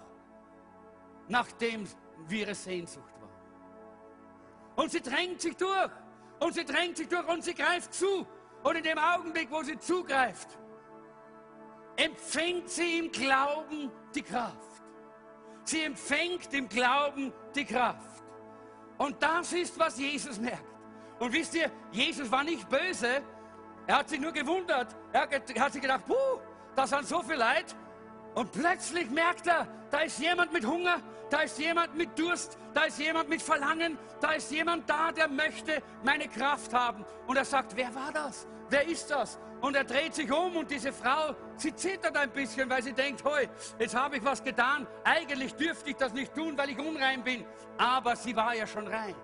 nachdem wie ihre Sehnsucht war. Und sie drängt sich durch. Und sie drängt sich durch und sie greift zu. Und in dem Augenblick, wo sie zugreift, empfängt sie im Glauben die Kraft. Sie empfängt im Glauben die Kraft. Und das ist, was Jesus merkt. Und wisst ihr, Jesus war nicht böse. Er hat sich nur gewundert. Er hat sich gedacht, da sind so viele Leute. Und plötzlich merkt er, da ist jemand mit Hunger, da ist jemand mit Durst, da ist jemand mit Verlangen, da ist jemand da, der möchte meine Kraft haben. Und er sagt, wer war das? Wer ist das? Und er dreht sich um und diese Frau, sie zittert ein bisschen, weil sie denkt, hoi, jetzt habe ich was getan. Eigentlich dürfte ich das nicht tun, weil ich unrein bin. Aber sie war ja schon rein.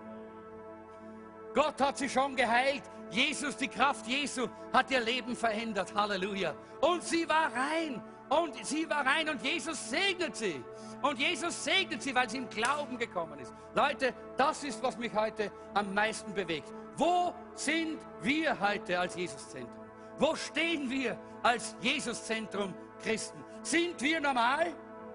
Gott hat sie schon geheilt. Jesus, die Kraft Jesu, hat ihr Leben verändert. Halleluja. Und sie war rein. Und sie war rein und Jesus segnet sie. Und Jesus segnet sie, weil sie im Glauben gekommen ist. Leute, das ist, was mich heute am meisten bewegt. Wo sind wir heute als Jesuszentrum? Wo stehen wir als Jesuszentrum Christen? Sind wir normal?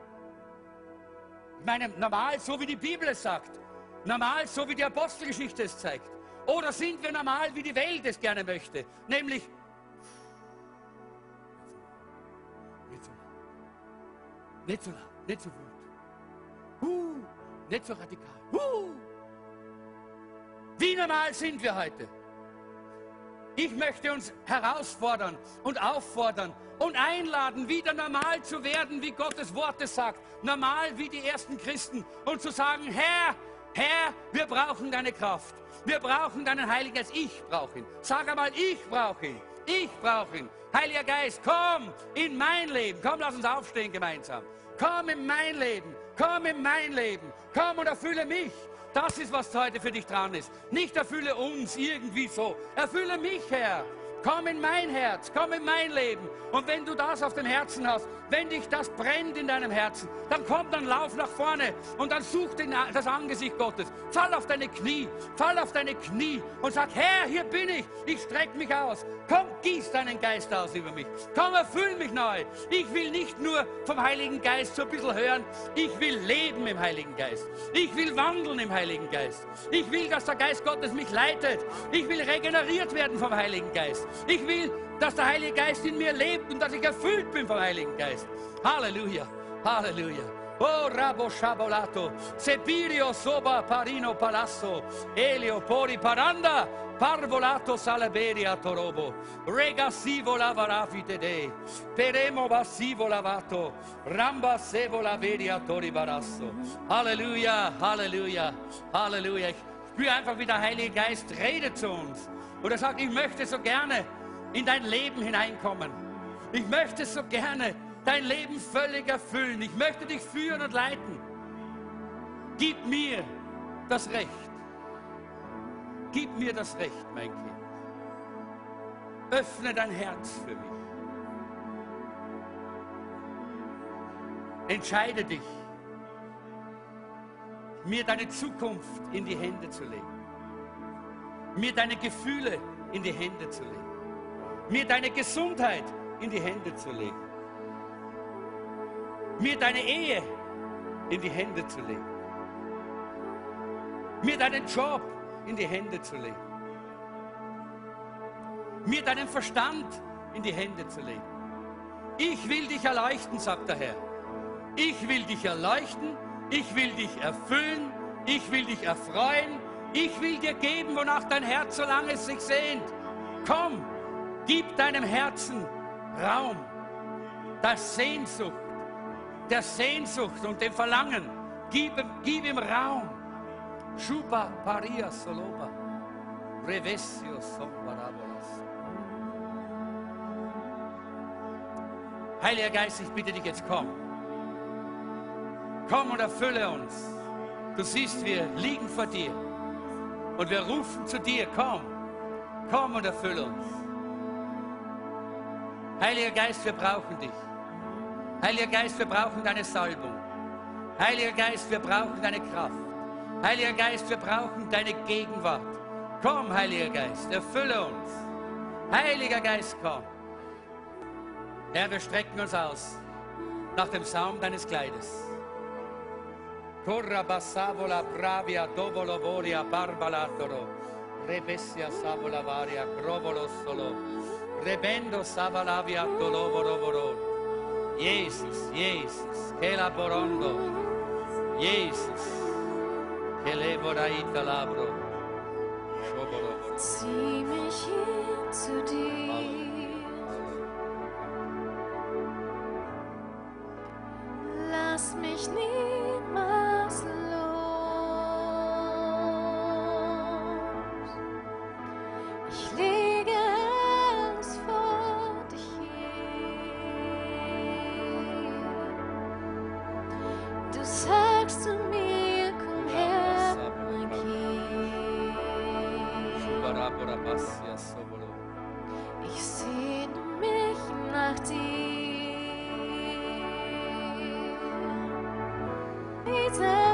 Ich meine, normal, so wie die Bibel es sagt. Normal, so wie die Apostelgeschichte es zeigt. Oder sind wir normal, wie die Welt es gerne möchte? Nämlich, nicht so laut, nicht so wild. Nicht so radikal. Wie normal sind wir heute? Ich möchte uns herausfordern und auffordern und einladen, wieder normal zu werden, wie Gottes Wort es sagt. Normal wie die ersten Christen. Und zu sagen, Herr, wir brauchen deine Kraft. Wir brauchen deinen Heiligen Geist. Ich brauche ihn. Sag einmal, ich brauche ihn. Ich brauche ihn. Heiliger Geist, komm in mein Leben. Komm, lass uns aufstehen gemeinsam. Komm in mein Leben. Komm in mein Leben. Komm und erfülle mich. Das ist, was heute für dich dran ist. Nicht erfülle uns irgendwie so. Erfülle mich, Herr. Komm in mein Herz, komm in mein Leben. Und wenn du das auf dem Herzen hast, wenn dich das brennt in deinem Herzen, dann komm, dann lauf nach vorne und dann such das Angesicht Gottes. Fall auf deine Knie und sag, Herr, hier bin ich strecke mich aus. Komm, gieß deinen Geist aus über mich. Komm, erfüll mich neu. Ich will nicht nur vom Heiligen Geist so ein bisschen hören, ich will leben im Heiligen Geist. Ich will wandeln im Heiligen Geist. Ich will, dass der Geist Gottes mich leitet. Ich will regeneriert werden vom Heiligen Geist. Ich will, dass der Heilige Geist in mir lebt und dass ich erfüllt bin vom Heiligen Geist. Halleluja, Halleluja. Oh, Rabo Shabolato, Sepirio Soba Parino Palasso, Elio Pori Paranda, Parvolato Salaberia Torobo, Regasivo Lavarafite De, Peremo Bassivo Lavato, Ramba Sevo Laveria Tori Barasso. Halleluja, Halleluja, Halleluja. Ich spüre einfach, wie der Heilige Geist redet zu uns. Und er sagt, ich möchte so gerne in dein Leben hineinkommen. Ich möchte so gerne dein Leben völlig erfüllen. Ich möchte dich führen und leiten. Gib mir das Recht. Gib mir das Recht, mein Kind. Öffne dein Herz für mich. Entscheide dich, mir deine Zukunft in die Hände zu legen. Mir deine Gefühle in die Hände zu legen. Mir deine Gesundheit in die Hände zu legen. Mir deine Ehe in die Hände zu legen. Mir deinen Job in die Hände zu legen. Mir deinen Verstand in die Hände zu legen. Ich will dich erleuchten, sagt der Herr. Ich will dich erleuchten, ich will dich erfüllen, ich will dich erfreuen, ich will dir geben, wonach dein Herz so lange sich sehnt. Komm, gib deinem Herzen Raum, der Sehnsucht und dem Verlangen, gib ihm Raum. Shuba Paria Soloba, Revesio Sombarabolas. Heiliger Geist, ich bitte dich jetzt, komm. Komm und erfülle uns. Du siehst, wir liegen vor dir und wir rufen zu dir, komm, komm und erfülle uns. Heiliger Geist, wir brauchen dich. Heiliger Geist, wir brauchen deine Salbung. Heiliger Geist, wir brauchen deine Kraft. Heiliger Geist, wir brauchen deine Gegenwart. Komm, Heiliger Geist, erfülle uns. Heiliger Geist, komm. Herr, wir strecken uns aus nach dem Saum deines Kleides. Corra bassavola bravia dovolo volia barbalatoro. Rebessia savola varia crovolo solo. Rebendo savalavia tolovoro. Jesus, Jesus, che laborondo. Jesus, che levora ita labro. Zieh mich hin zu dir. Lass mich niemals los. Ich lege alles vor dich hin. Du sagst zu mir, komm her, mein Kind. Ich sehne mich nach dir.